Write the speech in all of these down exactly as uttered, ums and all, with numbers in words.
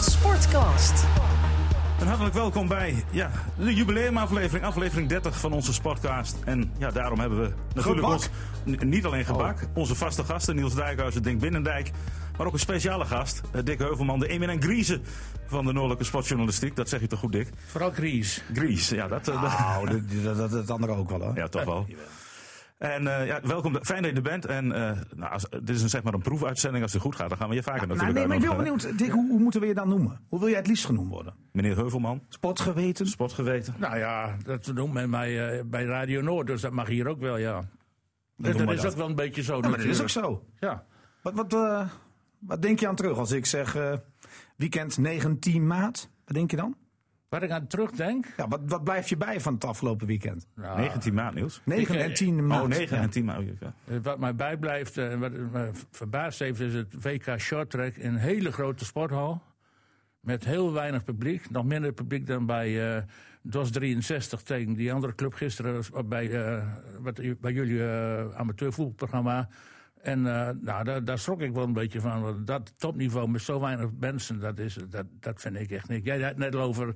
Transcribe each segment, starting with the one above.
Sportcast. En hartelijk welkom bij ja, de jubileumaflevering, aflevering dertig van onze Sportcast. En ja, daarom hebben we natuurlijk ons, n- niet alleen gebak, oh. onze vaste gasten Niels Dijkhuis en Dink Binnendijk, maar ook een speciale gast, Dick Heuvelman, de eminent Grieze van de Noordelijke Sportjournalistiek. Dat zeg je toch goed, Dick? Vooral Gries. Gries, ja. Dat, uh, nou, dat, dat, dat, dat andere ook wel, hoor. Ja, toch wel. En uh, ja, welkom, fijn dat je er bent. En uh, nou, als, dit is een, zeg maar een proefuitzending. Als het goed gaat, dan gaan we je vaker ja, natuurlijk nou, nee, maar ik ben benieuwd, Dick, hoe, hoe moeten we je dan noemen? Hoe wil jij het liefst genoemd worden? Meneer Heuvelman. Sportgeweten? Sportgeweten. Nou ja, dat noemt men mij uh, bij Radio Noord, dus dat mag hier ook wel, ja. Dat, dat is dat. ook wel een beetje zo. Ja, maar dat is ook zo. Ja. Wat, wat, uh, wat denk je aan terug als ik zeg uh, weekend negentien maart? Wat denk je dan? Waar ik aan terugdenk? Ja, wat, wat blijft je bij van het afgelopen weekend? Nou, negentien maart, Niels. negen en tien maart. Oh, negen en tien maart. Ja. Wat mij bijblijft en wat me verbaasd heeft, is het W K Shorttrack in een hele grote sporthal. Met heel weinig publiek. Nog minder publiek dan bij uh, D O S drieënzestig tegen die andere club gisteren bij, uh, wat, bij jullie uh, amateurvoetbalprogramma. En uh, nou, daar, daar schrok ik wel een beetje van. Want dat topniveau met zo weinig mensen, dat, is, dat, dat vind ik echt niet. Jij had het net al over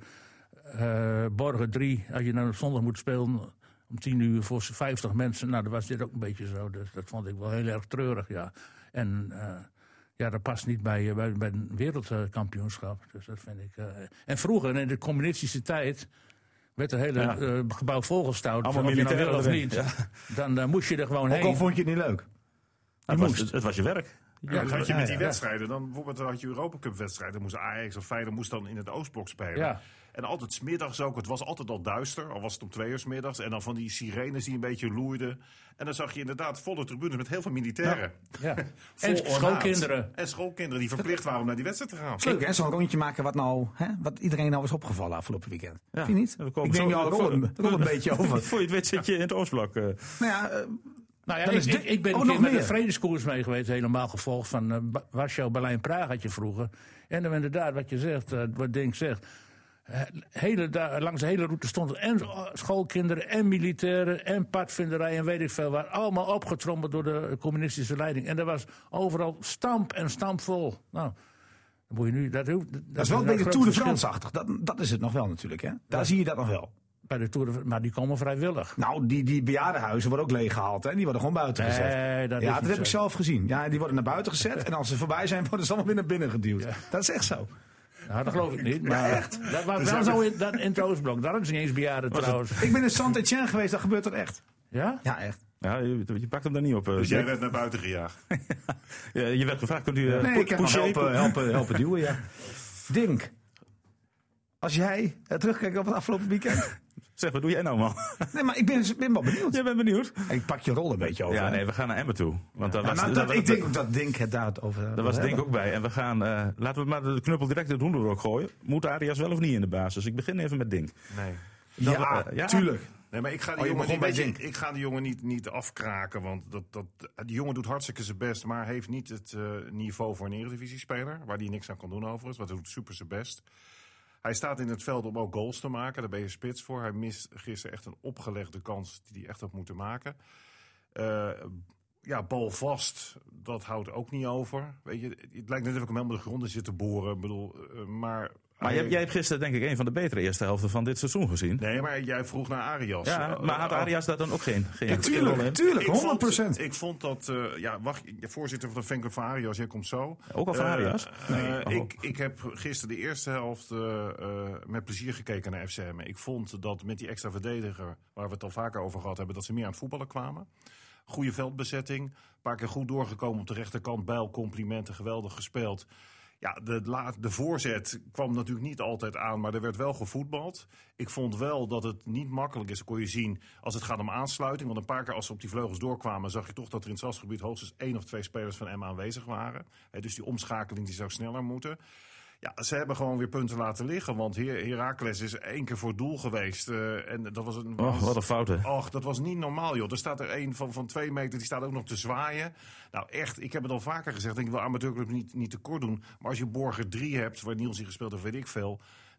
uh, Borgen drie. Als je nou op zondag moet spelen om tien uur voor vijftig mensen. Nou, dan was dit ook een beetje zo. Dus dat vond ik wel heel erg treurig, ja. En uh, ja, dat past niet bij, bij, bij een wereldkampioenschap. Dus dat vind ik... Uh, en vroeger, in de communistische tijd, werd het hele ja. uh, gebouw volgestouwd. Of je nou wil of niet. Ja. Dan uh, moest je er gewoon ook heen. Ook al vond je het niet leuk? Het was, het, het was je werk. Ja, ja, had je met die wedstrijden, dan bijvoorbeeld had je Europa Cup wedstrijden, moest Ajax of Feyenoord moest dan in het Oostblok spelen. Ja. En altijd 's middags ook, het was altijd al duister, al was het om twee uur 's middags. En dan van die sirenes die een beetje loeiden. En dan zag je inderdaad volle tribunes met heel veel militairen. Ja. Ja. En schoolkinderen. En schoolkinderen die verplicht waren om naar die wedstrijd te gaan. Leuk hè, zo'n rondje maken wat nou, hè, wat iedereen nou is opgevallen afgelopen weekend. Ja. Vind je niet? Ja, ik neem jou rol een, rol een beetje over. Voor je het weet zit je in het Oostblok. Uh. Nou ja... Uh, Nou ja, ik, ik, ik ben oh, een keer met de vredeskoers mee geweest, helemaal gevolgd van uh, Warschau, Berlijn, Praag had je vroeger. En dan inderdaad, wat je zegt, uh, wat Dink zegt. Uh, hele da- langs de hele route stonden en schoolkinderen en militairen en padvinderij en weet ik veel waar. Allemaal opgetrommeld door de communistische leiding. En er was overal stamp en stampvol. Nou, dan moet je nu... Dat, hoeft, dat, dat is wel een beetje Tour de France-achtig. Dat, dat is het nog wel natuurlijk, hè? Daar ja. zie je dat nog wel. Bij de Tour de, maar die komen vrijwillig. Nou, die, die bejaardenhuizen worden ook leeggehaald. Hè? Die worden gewoon buiten nee, gezet. Dat ja, dat heb zo. ik zelf gezien. Ja, die worden naar buiten gezet. En als ze voorbij zijn, worden ze allemaal weer naar binnen geduwd. Ja. Dat is echt zo. Nou, dat geloof ik niet. Maar ja, echt. Dat was dus wel zo in, dat, in het Oostblok. Daar is niet eens bejaarden trouwens. Ik ben in Saint-Étienne geweest, dat gebeurt er echt. Ja? Ja, echt. Ja, je, je pakt hem daar niet op. Uh, dus jij werd naar buiten gejaagd? ja, je werd gevraagd, kunt u... Uh, nee, ik heb helpen, helpen, helpen duwen, ja. Dink, als jij uh, terugkijkt op het afgelopen weekend... Zeg, wat doe jij nou, man? Nee, maar ik ben, ben wel benieuwd. Jij bent benieuwd? Ik pak je rol een beetje over. Ja, nee, we gaan naar Emmen toe. Want ja, daar was, nou, daar, dat, daar, ik denk dat Dink het daar over Daar was Dink ook bij. En we gaan, uh, laten we maar de knuppel direct in het hoenderhok gooien. Moet Arias wel of niet in de basis? Ik begin even met Dink. Nee. Dan, ja, uh, ja, tuurlijk. Nee, maar ik ga die oh, jongen, niet, bij je, ik ga die jongen niet, niet afkraken. Want dat, dat, die jongen doet hartstikke zijn best. Maar heeft niet het uh, niveau voor een Eredivisie-speler. Waar hij niks aan kan doen overigens. Maar hij doet super zijn best. Hij staat in het veld om ook goals te maken. Daar ben je spits voor. Hij mist gisteren echt een opgelegde kans die hij echt had moeten maken. Uh, ja, bal vast, dat houdt ook niet over. Weet je, het lijkt net of ik hem helemaal de grond in zit te boren. Ik bedoel, uh, maar... Maar hij... jij, jij hebt gisteren denk ik een van de betere eerste helften van dit seizoen gezien. Nee, maar jij vroeg naar Arias. Ja, maar had Arias daar dan ook geen... geen ja, tuurlijk, tuurlijk, honderd procent. Ik vond, ik vond dat... Uh, ja, wacht, voorzitter van de fanclub van Arias, jij komt zo. Ook al van uh, Arias? Nee. Uh, oh. ik, ik heb gisteren de eerste helft uh, uh, met plezier gekeken naar F C Emmen. Ik vond dat met die extra verdediger, waar we het al vaker over gehad hebben, dat ze meer aan het voetballen kwamen. Goede veldbezetting, een paar keer goed doorgekomen op de rechterkant. Bijl, complimenten, geweldig gespeeld. Ja, de, de voorzet kwam natuurlijk niet altijd aan, maar er werd wel gevoetbald. Ik vond wel dat het niet makkelijk is, kon je zien, als het gaat om aansluiting. Want een paar keer als ze op die vleugels doorkwamen, zag je toch dat er in het stadsgebied hoogstens één of twee spelers van Emmen aanwezig waren. He, dus die omschakeling die zou sneller moeten. Ja, ze hebben gewoon weer punten laten liggen. Want Her- Heracles is één keer voor het doel geweest. Uh, en dat was een, oh, wat een fout, hè? Och, dat was niet normaal, joh. Er staat er één van, van twee meter, die staat ook nog te zwaaien. Nou, echt, ik heb het al vaker gezegd. Ik wil amateurclub niet, niet tekort doen. Maar als je Borger drie hebt, waar Niels in gespeeld heeft, weet ik veel.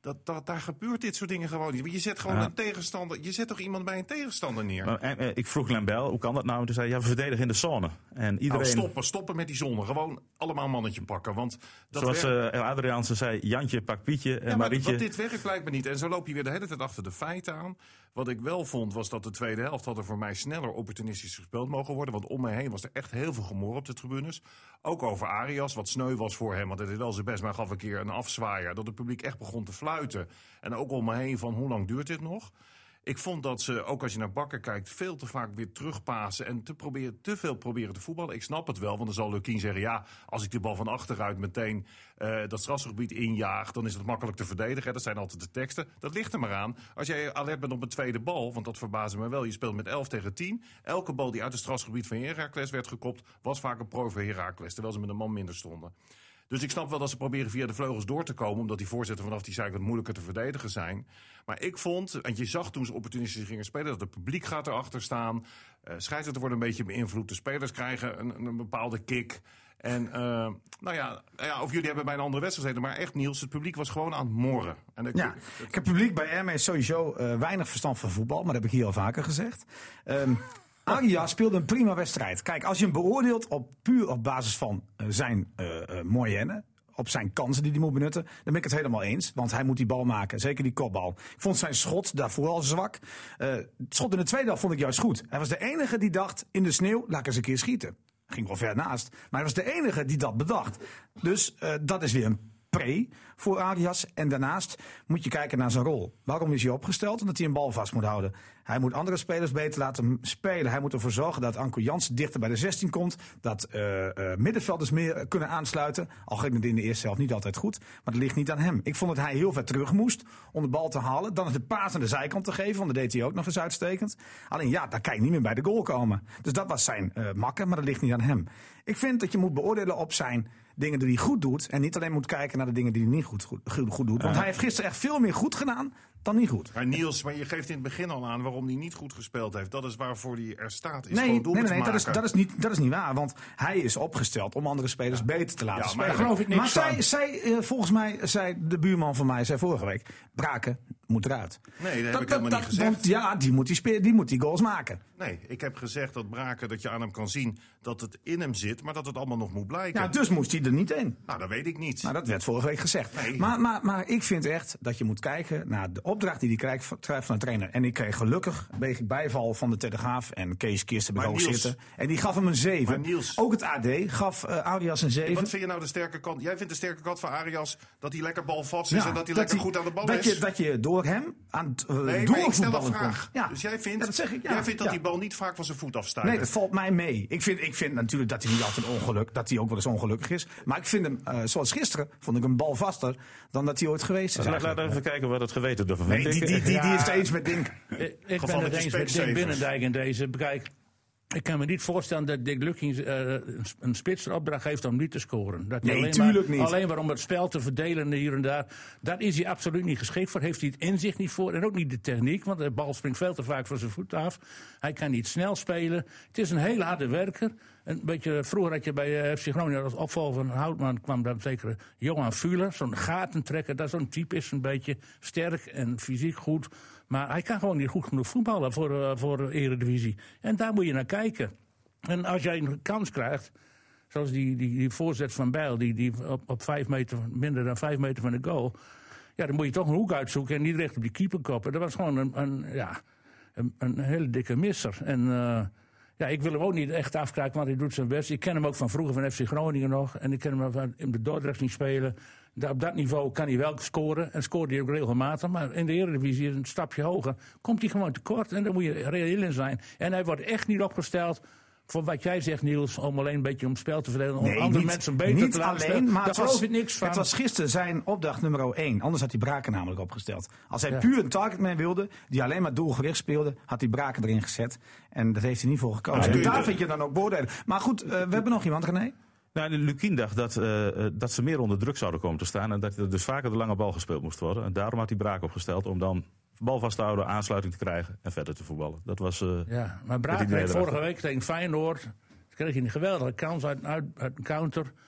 Dat, dat, daar gebeurt dit soort dingen gewoon niet. Je zet gewoon Ja. een tegenstander. Je zet toch iemand bij een tegenstander neer? Maar, en, eh, ik vroeg Glenn Bell, hoe kan dat nou? En toen zei hij, ja, we verdedigen in de zone. En iedereen, Nou, stoppen, stoppen met die zone. Gewoon allemaal een mannetje pakken. Want dat zoals werkt. uh, Adriaanse zei, Jantje pakt Pietje en Ja, maar Marietje. want dit werkt blijkbaar niet. En zo loop je weer de hele tijd achter de feiten aan. Wat ik wel vond, was dat de tweede helft had er voor mij sneller opportunistisch gespeeld mogen worden. Want om me heen was er echt heel veel gemor op de tribunes. Ook over Arias, wat sneu was voor hem. Want hij deed wel zijn best, maar hij gaf een keer een afzwaaier. Dat het publiek echt begon te fluiten. En ook om me heen van, hoe lang duurt dit nog? Ik vond dat ze, ook als je naar Bakker kijkt, veel te vaak weer terugpassen en te, proberen, te veel proberen te voetballen. Ik snap het wel, want dan zal Lukien zeggen, ja, als ik de bal van achteruit meteen uh, dat strafgebied injaag, dan is het makkelijk te verdedigen. Dat zijn altijd de teksten. Dat ligt er maar aan. Als jij alert bent op een tweede bal, want dat verbaasde me wel, je speelt met elf tegen tien. Elke bal die uit het strafgebied van Heracles werd gekopt, was vaak een prooi voor Heracles, terwijl ze met een man minder stonden. Dus ik snap wel dat ze proberen via de vleugels door te komen, omdat die voorzetten vanaf die zijkant moeilijker te verdedigen zijn. Maar ik vond, en je zag toen ze opportunistisch gingen spelen, dat het publiek gaat erachter staan. Uh, scheidsrechter wordt een beetje beïnvloed. De spelers krijgen een, een bepaalde kick. En uh, nou ja, ja, of jullie hebben bij een andere wedstrijd gezeten, maar echt Niels, het publiek was gewoon aan het morren. En ik, Ja, ik heb publiek bij R M sowieso uh, weinig verstand van voetbal, maar dat heb ik hier al vaker gezegd. Um, Arias speelde een prima wedstrijd. Kijk, als je hem beoordeelt op, puur op basis van uh, zijn uh, uh, moyenne, op zijn kansen die hij moet benutten, dan ben ik het helemaal eens. Want hij moet die bal maken, zeker die kopbal. Ik vond zijn schot daarvoor al zwak. Uh, het schot in de tweede helft vond ik juist goed. Hij was de enige die dacht, in de sneeuw, laat ik eens een keer schieten. Ging wel ver naast, maar hij was de enige die dat bedacht. Dus uh, dat is weer een pre voor Arias. En daarnaast moet je kijken naar zijn rol. Waarom is hij opgesteld? Omdat hij een bal vast moet houden. Hij moet andere spelers beter laten spelen. Hij moet ervoor zorgen dat Anko Jansen dichter bij de zestien komt. Dat uh, uh, middenvelders meer kunnen aansluiten. Al ging het in de eerste helft niet altijd goed. Maar dat ligt niet aan hem. Ik vond dat hij heel ver terug moest om de bal te halen. Dan is de paas aan de zijkant te geven. Want dat deed hij ook nog eens uitstekend. Alleen ja, daar kan je niet meer bij de goal komen. Dus dat was zijn uh, makker, maar dat ligt niet aan hem. Ik vind dat je moet beoordelen op zijn dingen die hij goed doet. En niet alleen moet kijken naar de dingen die hij niet goed, goed, goed doet. Want hij heeft gisteren echt veel meer goed gedaan dan niet goed. Maar Niels, maar je geeft in het begin al aan waarom hij niet goed gespeeld heeft. Dat is waarvoor hij er staat. Is nee, gewoon nee, nee, nee dat is, dat, is niet, dat is niet waar. Want hij is opgesteld om andere spelers ja. beter te laten ja, spelen. Maar, geloof ik niks maar van. zij, zij, uh, volgens mij, zei de buurman van mij, zei vorige week, Braken moet eruit. Nee, dat, dat heb ik dat, helemaal dat, niet gezegd. Want, ja, die moet die, spelen, die moet die goals maken. Nee, ik heb gezegd dat Braken, dat je aan hem kan zien dat het in hem zit, maar dat het allemaal nog moet blijken. Ja, dus moest hij er niet in. Nou, dat weet ik niet. Nou, dat werd vorige week gezegd. Nee. Maar, maar, maar ik vind echt dat je moet kijken naar de opdracht die hij krijgt, krijgt van de trainer. En ik kreeg gelukkig een bijval van de Telegraaf en Kees Kirsten bij hoog zitten. En die gaf hem een zeven. Niels, ook het A D gaf uh, Arias een zeven. Wat vind je nou de sterke kant? Jij vindt de sterke kant van Arias dat hij lekker balvast is ja, en dat hij dat lekker die, goed aan de bal dat is? Je, dat je door hem aan het uh, nee, maar ik stel een doorvoetballen vraag. Ja. Dus jij vindt, ja, dat, zeg ik, ja. jij vindt dat ja. die bal niet vaak van zijn voet afstuit? Nee, dat valt mij mee. Ik vind, ik vind natuurlijk dat hij niet altijd ongeluk, dat hij ook wel eens ongelukkig is. Maar ik vind hem, uh, zoals gisteren, vond ik hem bal vaster dan dat hij ooit geweest is. Laten we even kijken wat het geweten ervan vindt. Nee, die, die, die, die, die is het eens met Dink. Ik, ik ben het eens met Dick Binnendijk in deze. Kijk, ik kan me niet voorstellen dat Dick Lukien uh, een spitsenopdracht heeft om niet te scoren. Dat nee, alleen tuurlijk maar, niet. Alleen maar om het spel te verdelen hier en daar. Daar is hij absoluut niet geschikt voor. Heeft hij het inzicht niet voor. En ook niet de techniek, want de bal springt veel te vaak van zijn voet af. Hij kan niet snel spelen. Het is een hele harde werker. Een beetje, vroeger had je bij F C Groningen als opvolger van Houtman kwam dan zeker Johan Fuller. Zo'n gatentrekker, dat zo'n type is een beetje sterk en fysiek goed. Maar hij kan gewoon niet goed genoeg voetballen voor, uh, voor de Eredivisie. En daar moet je naar kijken. En als jij een kans krijgt, zoals die, die, die voorzet van Bijl, die, die op, op vijf meter, minder dan vijf meter van de goal. Ja, dan moet je toch een hoek uitzoeken en niet recht op die keeper koppen. Dat was gewoon een, een, ja, een, een hele dikke misser. En uh, ja, ik wil hem ook niet echt afkraken, want hij doet zijn best. Ik ken hem ook van vroeger van F C Groningen nog. En ik ken hem van in de Dordrecht niet spelen. Op dat niveau kan hij wel scoren. En scoort hij ook regelmatig. Maar in de Eredivisie een stapje hoger. Komt hij gewoon tekort. En daar moet je reëel in zijn. En hij wordt echt niet opgesteld voor wat jij zegt, Niels, om alleen een beetje om het spel te verdelen. Om nee, andere niet, mensen beter niet te laten alleen, spelen. maar Daar geloof ik niks van. Het was gisteren zijn opdracht nummer één. Anders had hij Braken namelijk opgesteld. Als hij ja. puur een targetman wilde, die alleen maar doelgericht speelde, had hij Braken erin gezet. En dat heeft hij niet voor gekozen. Ja, en daar vind je dan ook beoordelen. Maar goed, uh, we hebben nog iemand, René. Nou, Lukien dacht dat, uh, dat ze meer onder druk zouden komen te staan. En dat er dus vaker de lange bal gespeeld moest worden. En daarom had hij Braak opgesteld om dan bal vast te houden, aansluiting te krijgen en verder te voetballen. Dat was. Uh, ja, maar Braak kreeg vorige week tegen Feyenoord. Kreeg hij een geweldige kans uit, uit, uit een counter.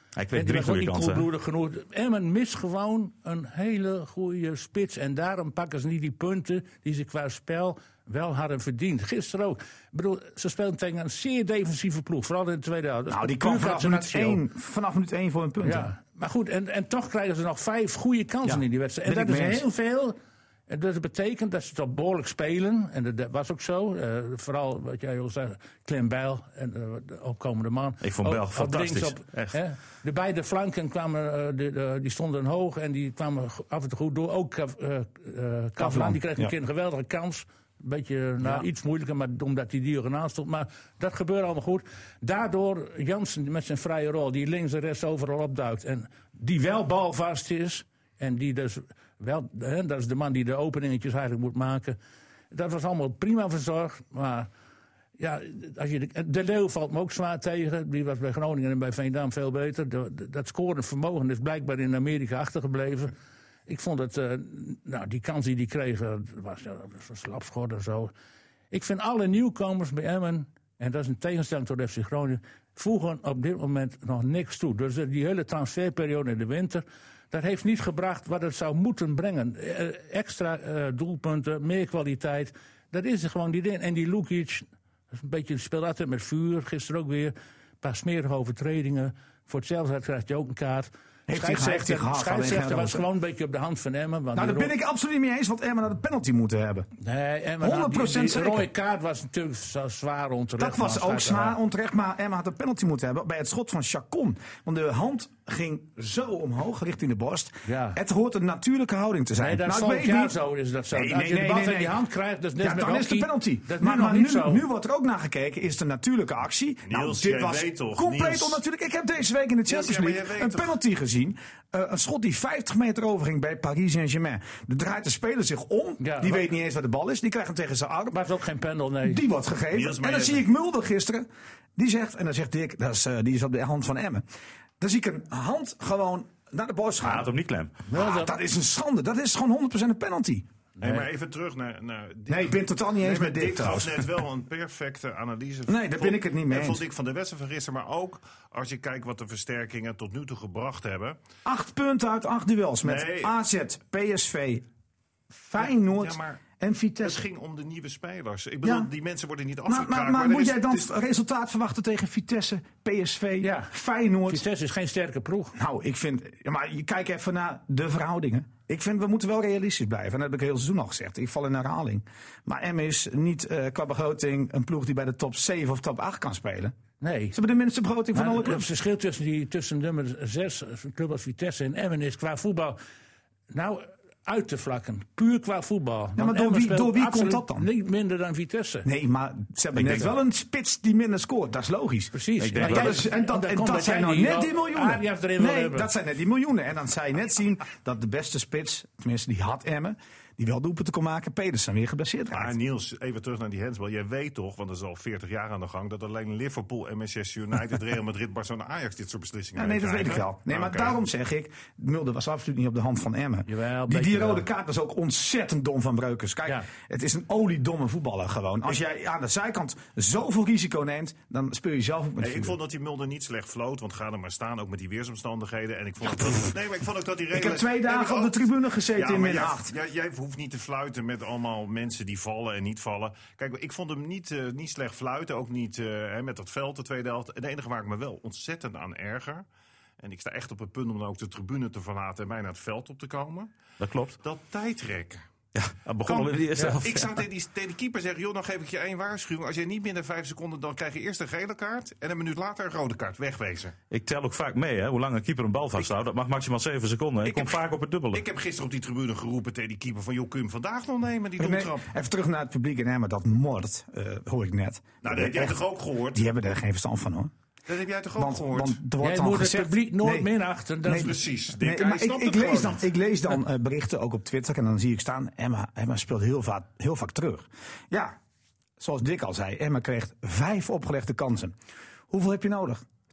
Hij kreeg En die drie was ook goede niet kansen. koelbloedig genoeg. Emmen mist gewoon een hele goede spits. En daarom pakken ze niet die punten die ze qua spel wel hadden verdiend. Gisteren ook. Ik bedoel, ze speelden tegen een zeer defensieve ploeg. Vooral in de tweede helft. Nou, die kwam vanaf minuut één, vanaf minuut één voor een punt. Ja, maar goed, en, en toch krijgen ze nog vijf goede kansen Ja, in die wedstrijd. En ben dat ik is mee eens. heel veel. En dat betekent dat ze toch behoorlijk spelen. En dat, dat was ook zo. Uh, vooral, wat jij al zei, Clem Bijl en uh, de opkomende man. Ik vond Bijl Op- op fantastisch, links op, echt. Hè, de beide flanken kwamen, uh, de, de, die stonden hoog en die kwamen af en toe goed door. Ook uh, uh, Kavlan, die kreeg een ja. keer een geweldige kans. Een beetje nou, Ja. iets moeilijker, maar omdat hij diagonaal stond. Maar dat gebeurde allemaal goed. Daardoor Jansen met zijn vrije rol, die links en rechts overal opduikt. En die wel balvast is. En die dus wel, hè, dat is de man die de openingetjes eigenlijk moet maken. Dat was allemaal prima verzorgd. Maar ja, als je de, de Leeuw valt me ook zwaar tegen. Die was bij Groningen en bij Veendam veel beter. De, de, dat scorend vermogen is blijkbaar in Amerika achtergebleven. Ik vond het, uh, nou, die kans die die kregen, was, ja, was een slapschot en zo. Ik vind alle nieuwkomers bij Emmen, en dat is een tegenstelling tot F C Groningen, voegen op dit moment nog niks toe. Dus die hele transferperiode in de winter, dat heeft niet gebracht wat het zou moeten brengen. Uh, extra uh, doelpunten, meer kwaliteit, dat is er gewoon niet in. En die Lukic, dat is een beetje, speelt altijd met vuur, gisteren ook weer, een paar smerige overtredingen. Voor hetzelfde krijgt hij ook een kaart. Heeft hij- heeft hij gehad, alleen Scheidsrechter geen was rood, hè? gewoon een beetje op de hand van Emmen. Want Nou, die daar ben ro- ik absoluut niet mee eens, want Emmen had een penalty moeten hebben. Nee, Emmen had honderd procent die, die zeker. rode kaart was natuurlijk zo zwaar onterecht. Dat was maar ook scheidsrechter- zwaar onterecht, maar Emma had een penalty moeten hebben bij het schot van Chacon. Want de hand ging zo omhoog, richting de borst. Ja. Het hoort een natuurlijke houding te zijn. Nee, dat is Nou, ik volgend weet jaar niet- zo is dat zo. Nee, Als nee, je de nee, bal nee, in die nee. hand krijgt, dat is net Ja, met dan is de hockey. penalty. Dat is maar nu nog maar niet nu, zo. nu wordt er ook naar gekeken, is de natuurlijke actie. nou, Niels, dit jij was weet toch, compleet Niels. onnatuurlijk. Ik heb deze week in de Champions ja, maar League jij weet een toch. penalty gezien. Uh, een schot die vijftig meter overging bij Paris Saint-Germain. Er draait de speler zich om. Ja, die maar- weet niet eens waar de bal is. Die krijgt hem tegen zijn arm. Maar het is ook geen pendel, nee. Die wordt gegeven. Niels, maar en dan je- zie ik Mulder gisteren. Die zegt, en dan zegt Dick, dat is, uh, die is op de hand van Emmen. Dan zie ik een hand gewoon naar de borst Hij gaan. had hem niet klem. Ah, dat is een schande. Dat is gewoon honderd procent een penalty. Nee, maar even terug naar... naar Dick. Nee, ik ben het totaal niet eens Nee, maar met Dick Dick gaf trouwens. net wel een perfecte analyse. Nee, daar ben ik het niet mee En eens. vond ik van de wedstrijd van gisteren. Maar ook als je kijkt wat de versterkingen tot nu toe gebracht hebben. Acht punten uit acht duels met Nee. A Z, P S V, Feyenoord Ja, maar en Het Vitesse. ging om de nieuwe spelers. Ik bedoel, Ja. die mensen worden niet Maar, afgekraakt. maar, maar er moet is- jij dan het is- resultaat verwachten tegen Vitesse, P S V, Ja. Feyenoord? Vitesse is geen sterke ploeg. Nou, ik vind... ja, maar je kijkt even naar de verhoudingen. Ik vind, we moeten wel realistisch blijven. En dat heb ik heel seizoen al gezegd. Ik val in herhaling. Maar Emmen is niet eh, qua begroting een ploeg die bij de top zeven of top acht kan spelen. Nee. Ze hebben de minste begroting van Maar alle het clubs. verschil tussen, die, tussen nummer zes, een club als Vitesse en Emmen is qua voetbal... Nou, uit te vlakken. Puur qua voetbal. Want maar door Emmen wie- speelt door wie komt absoluut dat dan? Niet minder dan Vitesse. Nee, maar ze hebben Ik net denk wel een spits die minder scoort. Dat is logisch. Precies. Ik denk Maar wel ja, dat- En dat, en komt dat dat zijn jij nou die net wel die miljoenen. Arias erin wil Nee, hebben. dat zijn net die miljoenen. En dan zou je net zien dat de beste spits, tenminste die had Emmen, die wel doelpunten kon maken, Pedersen weer geblesseerd Maar raakt. Niels, even terug naar die handsbal. Jij weet toch, want dat is al veertig jaar aan de gang, dat alleen Liverpool, Manchester United, Real Madrid, Barcelona, Ajax dit soort beslissingen Ja, nee, dat weet ik krijgen. wel. Nee, Ah, maar oké. daarom zeg ik, Mulder was absoluut niet op de hand van Emmen. Jawel, die die beetje rode wel. kaart was ook ontzettend dom van Breukers. Kijk, Ja. het is een oliedomme voetballer gewoon. Als jij aan de zijkant zoveel risico neemt, dan speel je zelf ook met Nee, ik vuur. vond dat die Mulder niet slecht floot, want ga er maar staan, ook met die weersomstandigheden. En ik vond ook dat, nee, maar ik vond ook dat die Ik heb redelijk- twee Nee, dagen maar op de ook- tribune gezeten Ja, in maar min jij, acht. jij, jij hoeft niet te fluiten met allemaal mensen die vallen en niet vallen. Kijk, ik vond hem niet, eh, niet slecht fluiten, ook niet eh, hè, met dat veld de tweede helft. Het enige waar ik me wel ontzettend aan erger, en ik sta echt op het punt om dan ook de tribune te verlaten en mij naar het veld op te komen, Dat klopt. dat tijdrekken. Ja, dat begon al in de eerste Ja, helft. ik zou tegen die, tegen die keeper zeggen, joh, dan geef ik je één waarschuwing. Als je niet binnen vijf seconden, dan krijg je eerst een gele kaart en een minuut later een rode kaart. Wegwezen. Ik tel ook vaak mee, hè, hoe lang een keeper een bal vasthoudt. Dat mag maximaal zeven seconden. Ik Ik kom heb- vaak op het dubbele. Ik heb gisteren op die tribune geroepen tegen die keeper van, joh, kun je hem vandaag nog nemen, die Nee, doeltrap? even terug naar het publiek in Emmen, dat moord, eh, hoor ik net. Nou, dat heb jij Echt, toch ook gehoord? Die hebben er geen verstand van hoor. Dat heb jij toch ook Want, gehoord? want er wordt Jij dan moet gezegd, het publiek nooit nee, minachten. Dat nee, is Precies. Dick, Nee, hij maar ik, snapt ik, het lees gewoon dan, ik lees dan eh, berichten ook op Twitter en dan zie ik staan, Emma, Emma speelt heel vaak, heel vaak terug. Ja, zoals Dick al zei, Emma kreeg vijf opgelegde kansen. Hoeveel heb je nodig?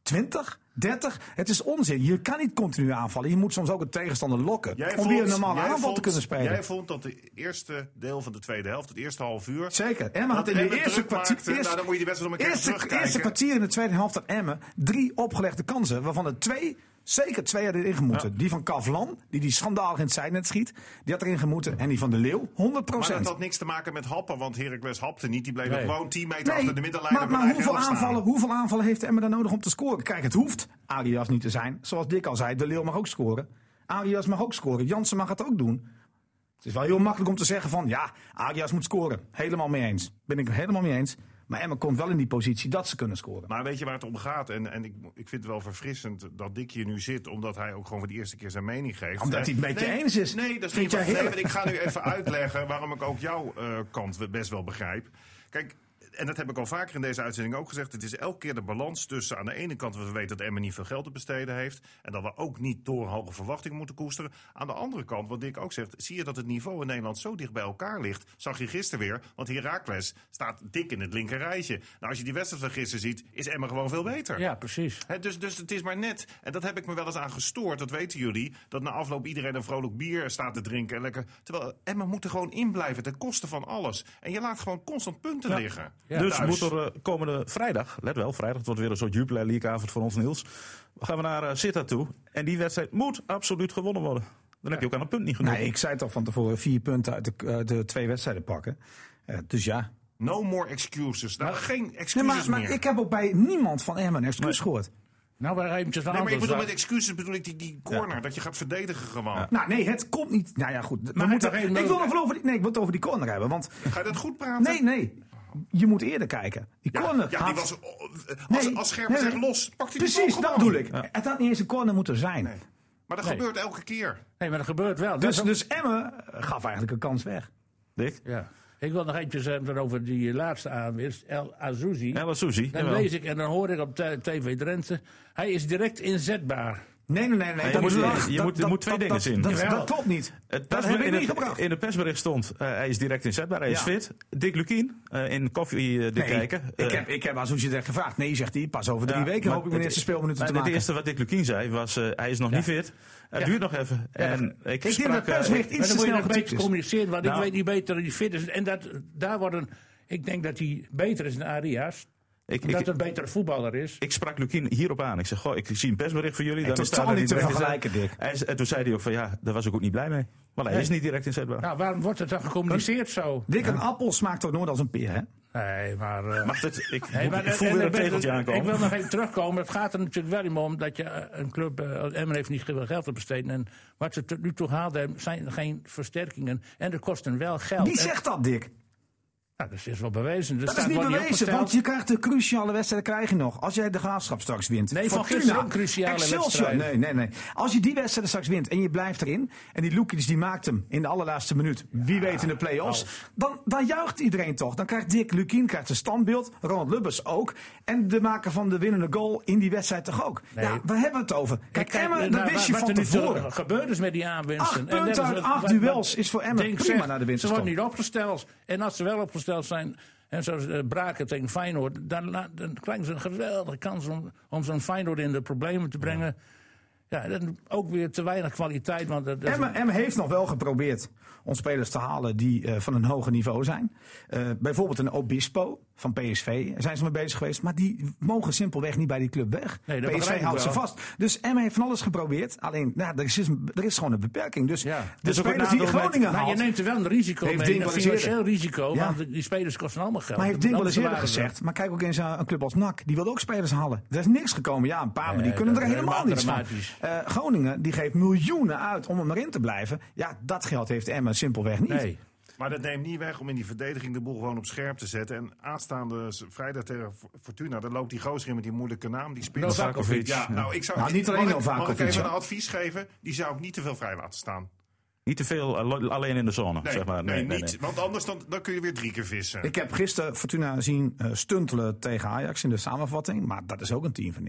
twintig, dertig. Het is onzin. Je kan niet continu aanvallen. Je moet soms ook een tegenstander lokken. Jij om vond, weer een normale jij aanval vond, te kunnen spelen. Jij vond dat de eerste deel van de tweede helft, het eerste half uur... Zeker. Emmen had in de eerste kwartier... Maakte, nou, dan moet je die wedstrijd om een keer eerste, terugkijken. eerste kwartier in de tweede helft had Emmen drie opgelegde kansen. Waarvan er twee... Zeker twee hadden erin gemoeten. Ja. Die van Kavlan, die die schandalig in het zijnet schiet. Die had erin gemoeten. En die van de Leeuw, honderd procent. Maar dat had niks te maken met happen. Want Heracles hapte niet. Die bleef nee. gewoon tien meter nee, achter de middenlijn. Maar, maar hoeveel, aanvallen, hoeveel aanvallen heeft Emmen dan nodig om te scoren? Kijk, het hoeft Arias niet te zijn. Zoals Dick al zei, de Leeuw mag ook scoren. Arias mag ook scoren. Jansen mag het ook doen. Het is wel heel makkelijk om te zeggen van... Ja, Arias moet scoren. Helemaal mee eens. Ben ik helemaal mee eens. Maar Emmen komt wel in die positie dat ze kunnen scoren. Maar weet je waar het om gaat? En, en ik, ik vind het wel verfrissend dat Dick hier nu zit. Omdat hij ook gewoon voor de eerste keer zijn mening geeft. Omdat hij het een beetje nee, eens is. Nee, dat is vind niet jij nee, ik ga nu even uitleggen waarom ik ook jouw uh, kant best wel begrijp. Kijk... En dat heb ik al vaker in deze uitzending ook gezegd. Het is elke keer de balans tussen aan de ene kant... we weten dat Emmen niet veel geld te besteden heeft... en dat we ook niet door hoge verwachtingen moeten koesteren. Aan de andere kant, wat Dick ook zegt... zie je dat het niveau in Nederland zo dicht bij elkaar ligt. Zag je gisteren weer, want Heracles staat dik in het linker rijtje. Nou, als je die wedstrijd van gisteren ziet, is Emmen gewoon veel beter. Ja, precies. He, dus, dus het is maar net, en dat heb ik me wel eens aan gestoord... dat weten jullie, dat na afloop iedereen een vrolijk bier staat te drinken. En lekker, terwijl Emmen moet er gewoon in blijven ten koste van alles. En je laat gewoon constant punten ja. liggen. Ja. Dus moet er... komende vrijdag, let wel, vrijdag, het wordt weer een soort Jupiler League-avond voor ons, Niels. Dan gaan we naar uh, Sittard toe. En die wedstrijd moet absoluut gewonnen worden. Dan ja. heb je ook aan een punt niet genoeg. Nee, ik zei het al van tevoren, vier punten uit de, uh, de twee wedstrijden pakken. Uh, dus ja. No more excuses. Nou, geen excuses nee, maar, maar meer. Ik heb ook bij niemand van Emmen een excuus gehoord. Nou, maar eventjes nee, maar ik bedoel met excuses bedoel ik die, die corner, ja. dat je gaat verdedigen gewoon. Ja. Nou nee, het komt niet. Nou ja, goed. Maar moeten, ik, wil nog over die, nee, ik wil het over die corner hebben. Want, ga je dat goed praten? Nee, nee. Je moet eerder kijken. Die ja, corner ja, had... die was, als, nee, als Scherpen nee, zegt los, pakt hij precies, die dat bedoel ik. Ja. Het had niet eens een corner moeten zijn. Nee. Maar dat nee. gebeurt elke keer. Nee, maar dat gebeurt wel. Dus, dat dus Emmen gaf eigenlijk een kans weg. Dick? Ja. Ik wil nog eventjes hebben over die laatste aanwinst, El Azzouzi. El Azzouzi, Dan lees ik en dan hoor ik op T V Drenthe. Hij is direct inzetbaar. Nee, nee, nee. nee. Je, Dat moet, je, je, dat, moet, je dat, moet twee dat, dingen zien. Dat, dat, dat klopt niet. Het dat heb ik in, niet het, gebracht. in de persbericht stond, uh, hij is direct inzetbaar, hij is ja. fit. Dick Lukien, uh, in koffie uh, nee, kijken. Uh, ik heb, ik heb Azzouzi direct gevraagd. Nee, zegt hij, pas over drie ja, weken hoop ik mijn eerste speelminuten te maken. Het eerste wat Dick Lukien zei was, uh, hij is nog ja. niet fit. Het ja. duurt nog even. Ja. En ik ik sprak, denk dat persbericht iets te snel een beetje communiceren, want nou, ik weet niet beter dat hij fit is. En dat, daar worden, ik denk dat hij beter is dan Arias. Ik, Omdat ik, het een betere voetballer is. Ik sprak Lukien hierop aan. Ik zeg, goh, ik zie een persbericht van jullie. Het is totaal niet te vergelijken, Dick. En toen zei hij ook van, ja, daar was ik ook niet blij mee. Maar hij nee. is niet direct inzetbaar. Nou, waarom wordt het dan gecommuniceerd zo? Dick, ja. een appel smaakt ook nooit als een peer, hè? Nee, maar... Uh, Mag het? Ik, nee, maar, ik voel weer een tegeltje aankomen. Ik wil nog even terugkomen. Het gaat er natuurlijk wel niet om dat je een club... Uh, Emmen heeft niet veel geld te besteden. En wat ze tot nu toe haalden zijn geen versterkingen. En dat kosten wel geld. Wie zegt dat, Dick? Nou, dat is wel bewezen. Dat, dat is niet bewezen, want je krijgt de cruciale wedstrijden krijg je nog. Als jij de Graafschap straks wint. Nee, van gisteren ook cruciale wedstrijden. Nee, nee, nee. Als je die wedstrijden straks wint en je blijft erin... en die Lukic die maakt hem in de allerlaatste minuut... wie ja, weet in de play-offs... Oh. Dan, dan juicht iedereen toch. Dan krijgt Dick Lukien krijgt een standbeeld. Ronald Lubbers ook. En de maker van de winnende goal in die wedstrijd toch ook. Nee. Ja, waar hebben we het over? Kijk, kijk Emmen, dat wist je van tevoren. Wat er gebeurd is met die aanwinsten. Acht punten uit acht duels is voor Emmen prima naar de winst. Ze worden niet opgesteld. En als ze wel opgesteld zijn... En zoals uh, Braken tegen Feyenoord, dan, dan krijgen ze een geweldige kans om, om zo'n Feyenoord in de problemen te brengen. Ja, ja dan ook weer te weinig kwaliteit. Want dat, dat Emmen, Emmen heeft nog wel geprobeerd om spelers te halen die uh, van een hoger niveau zijn. Uh, bijvoorbeeld een Obispo van P S V zijn ze mee bezig geweest. Maar die mogen simpelweg niet bij die club weg. Nee, P S V houdt ze vast. Dus Emmen heeft van alles geprobeerd. Alleen, nou, er, is, er is gewoon een beperking. Dus ja. de dus spelers die Groningen haalt... Maar je neemt er wel een risico heeft mee, een financieel risico. Ja. Want die spelers kosten allemaal geld. Maar heeft Ding wel eens eerder gezegd. Maar kijk ook eens aan een club als N A C. Die wilde ook spelers halen. Er is niks gekomen. Ja, een paar, maar die kunnen er helemaal niets van. Uh, Groningen die geeft miljoenen uit om hem erin te blijven. Ja, dat geld heeft Emmen simpelweg niet. Nee. Maar dat neemt niet weg om in die verdediging de boel gewoon op scherp te zetten. En aanstaande vrijdag tegen Fortuna, dan loopt die gozer in met die moeilijke naam. Die speelt Novakovic. Ja, nou, ik zou nou, niet alleen Novakovic. Mag ik even een advies geven? Die zou ik niet te veel vrij laten staan. Niet te veel alleen in de zone, nee, zeg maar. Nee, nee, nee, niet. Nee. Want anders dan, dan kun je weer drie keer vissen. Ik heb gisteren Fortuna zien uh, stuntelen tegen Ajax in de samenvatting. Maar dat is ook een team van niks.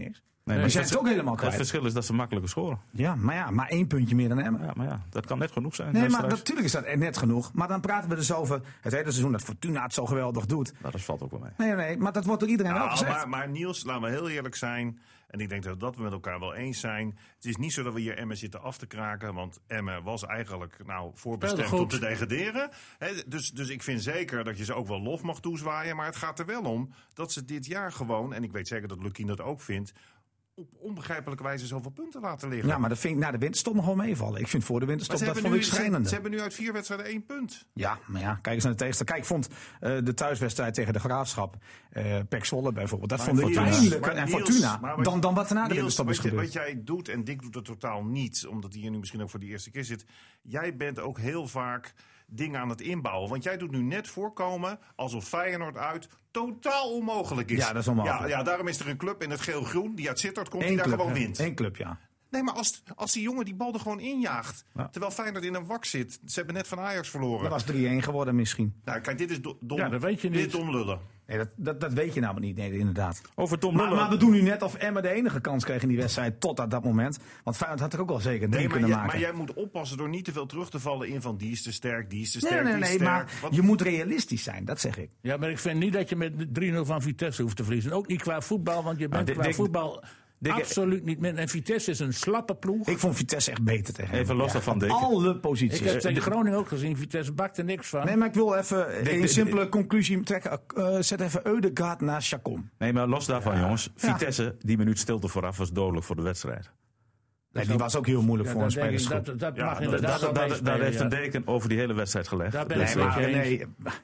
Nee, maar zijn het ook helemaal kwijt. Het verschil is dat ze makkelijker scoren. Ja, maar ja, maar één puntje meer dan Emmen. Ja, maar ja, dat kan net genoeg zijn. Nee, maar natuurlijk is dat net genoeg. Maar dan praten we dus over het hele seizoen dat Fortuna het zo geweldig doet. Nou, dat valt ook wel mee. Nee, nee, maar dat wordt door iedereen Nou, wel gezegd. maar, maar Niels, laten we heel eerlijk zijn. En ik denk dat, dat we met elkaar wel eens zijn. Het is niet zo dat we hier Emmen zitten af te kraken. Want Emmen was eigenlijk nou, voorbestemd om te degraderen. He, dus, dus ik vind zeker dat je ze ook wel lof mag toezwaaien. Maar het gaat er wel om dat ze dit jaar gewoon... en ik weet zeker dat Lukien dat ook vindt... op onbegrijpelijke wijze zoveel punten laten liggen. Ja, maar dat vind ik na de winterstop nog wel meevallen. Ik vind voor de winterstop dat vond ik schrijnende. Ze, ze hebben nu uit vier wedstrijden één punt. Ja, maar ja, kijk eens naar de tegenstander. Kijk, ik vond uh, de thuiswedstrijd tegen de Graafschap, uh, P E C Zwolle bijvoorbeeld, dat maar vond ik pijnlijker en Fortuna wat, dan, dan wat er na de winterstop is gebeurd. Wat jij doet, en Dick doet het totaal niet, omdat hij hier nu misschien ook voor de eerste keer zit. Jij bent ook heel vaak dingen aan het inbouwen. Want jij doet nu net voorkomen alsof Feyenoord uit totaal onmogelijk is. Ja, dat is onmogelijk. Ja, ja, daarom is er een club in het geel-groen die uit Sittard komt, Eén die daar club, gewoon ja. wint. Eén club, ja. Nee, maar als, als die jongen die bal er gewoon injaagt. Ja. Terwijl Feyenoord in een wak zit. Ze hebben net van Ajax verloren. Dat was drie-een geworden misschien. Nou, kijk, dit is do- dom, ja, dat weet je niet. Dit is dom lullen. Nee, dat, dat, dat weet je namelijk niet, nee, inderdaad. Over Tom maar, maar we doen nu net of Emma de enige kans kreeg in die wedstrijd tot dat, dat moment. Want Feyenoord had er ook wel zeker drie nee, kunnen jij, maken. Maar jij moet oppassen door niet te veel terug te vallen in van die is te sterk, die is te sterk, nee, nee, die is nee, sterk. maar Wat... je moet realistisch zijn, dat zeg ik. Ja, maar ik vind niet dat je met drie nul van Vitesse hoeft te verliezen. Ook niet qua voetbal, want je bent nou, qua Dick, voetbal... Dick, Absoluut niet meer. En Vitesse is een slappe ploeg. Ik vond Vitesse echt beter tegen hem. Even los daarvan, Dick. Alle posities. Ik heb tegen Groningen ook gezien. Vitesse bakte niks van. Nee, maar ik wil even Dick, een simpele Dick, conclusie trekken. Uh, zet even Ødegaard naast Chacon. Nee, maar los daarvan, ja. jongens. Vitesse, ja. die minuut stilte vooraf was dodelijk voor de wedstrijd. Nee, die was ook heel moeilijk ja, voor een spelersgroep. Dat, dat ja, mag inderdaad dat, dat, dat, daar heeft ja. een deken over die hele wedstrijd gelegd. Daar ben dus, ik nee, maar, nee,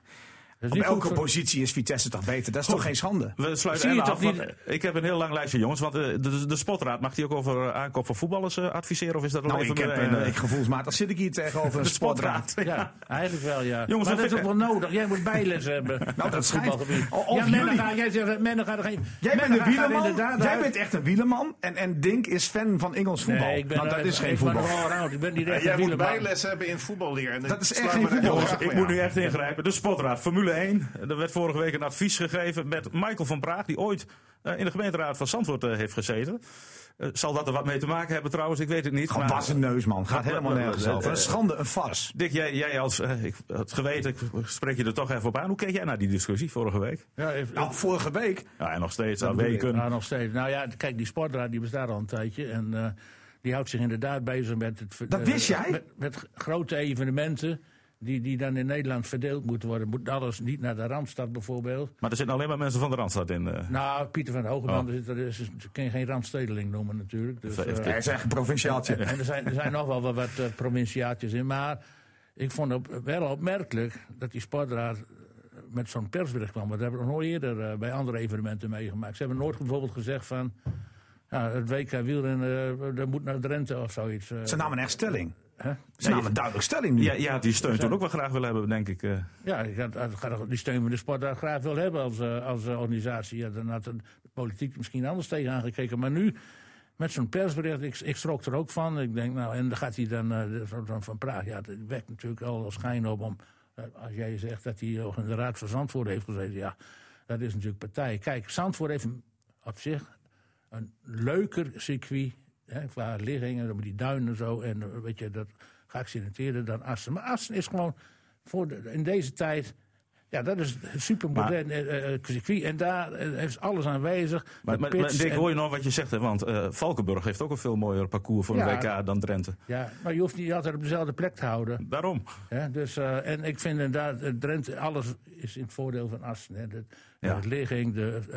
Op elke voor... positie is Vitesse toch beter? Dat is goed. Toch geen schande? We sluiten Zie je af. Niet... Ik heb een heel lang lijstje, jongens. Want de, de, de Spotraad, mag die ook over aankoop van voetballers uh, adviseren? Of is dat nou, even ik heb een, uh, ik gevoelsmatig zit ik hier tegenover een Spotraad. Ja, ja, eigenlijk wel, ja. Jongens, maar dat is ook wel nodig. Jij moet bijles hebben. Nou, dat schijnt. Ja, Menno gaat, jij zegt, Menno gaat er geen... Jij bent een wielerman. Jij bent echt een wielerman. En, en Dink is fan van Engels voetbal. Nee, ik ben want dat is geen voetbal. Ik ben niet echt Jij een moet wielerman. bijles hebben in voetballeer. Dat is echt geen voetbal. Ik moet nu echt ingrijpen. De Spotraad, Formule één. Er werd vorige week een advies gegeven met Michael van Praag, die ooit uh, in de gemeenteraad van Zandvoort uh, heeft gezeten. Uh, zal dat er wat mee te maken hebben trouwens? Ik weet het niet. Gewoon was een neus, man. Gaat helemaal nergens over. Een schande, een farce. Dick, jij, jij als uh, ik, het geweten, ik spreek je er toch even op aan. Hoe keek jij naar die discussie vorige week? Ja, even, nou, vorige week? Ja, en nog steeds, al weken. Nou, nog steeds. Nou ja, kijk, die sportraad die bestaat al een tijdje. En uh, die houdt zich inderdaad bezig met... Het, dat wist uh, jij? Met, met grote evenementen. Die, die dan in Nederland verdeeld moeten worden. Moet alles niet naar de Randstad bijvoorbeeld. Maar er zitten alleen maar mensen van de Randstad in. Uh... Nou, Pieter van der Hogeband, oh. er is, ik kan je geen Randstedeling noemen natuurlijk. Dus, uh, Hij is echt een provinciaaltje. En er zijn, er zijn nog wel wat, wat uh, provinciaatjes in. Maar ik vond het wel opmerkelijk dat die sportraad met zo'n persbericht kwam. Want dat hebben we nog nooit eerder uh, bij andere evenementen meegemaakt. Ze hebben nooit bijvoorbeeld gezegd van... Ja, het W K wielrennen, uh, dat moet naar Drenthe of zoiets. Uh, Ze namen echt stelling. Huh? Ze namen een duidelijk stelling nu. Ja, ja, die steun toen ook wel graag willen hebben, denk ik. Uh. Ja, die steun van de sport daar graag wil hebben als, uh, als uh, organisatie. Ja, dan had de politiek misschien anders tegenaan gekeken. Maar nu, met zo'n persbericht, ik, ik schrok er ook van. Ik denk, nou, en dan gaat hij dan, uh, dan van Praag. Ja, dat wekt natuurlijk al schijn op om... Uh, als jij zegt dat hij ook in de Raad van Zandvoort heeft gezeten. Ja, dat is natuurlijk partij. Kijk, Zandvoort heeft op zich een leuker circuit... Hè, qua liggingen, dan met die duinen en zo. En weet je, dat geaccidenteerde dan Assen. Maar Assen is gewoon voor de, in deze tijd... Ja, dat is een supermodern uh, uh, circuit. En daar uh, is alles aanwezig. Maar, maar, maar Dick, en... hoor je nog wat je zegt? Hè? Want uh, Valkenburg heeft ook een veel mooier parcours voor ja, een W K dan Drenthe. Ja, maar je hoeft niet altijd op dezelfde plek te houden. Daarom. Ja, dus, uh, en ik vind inderdaad, uh, Drenthe, alles is in het voordeel van Assen. Hè. De, ja. de ligging, de, uh,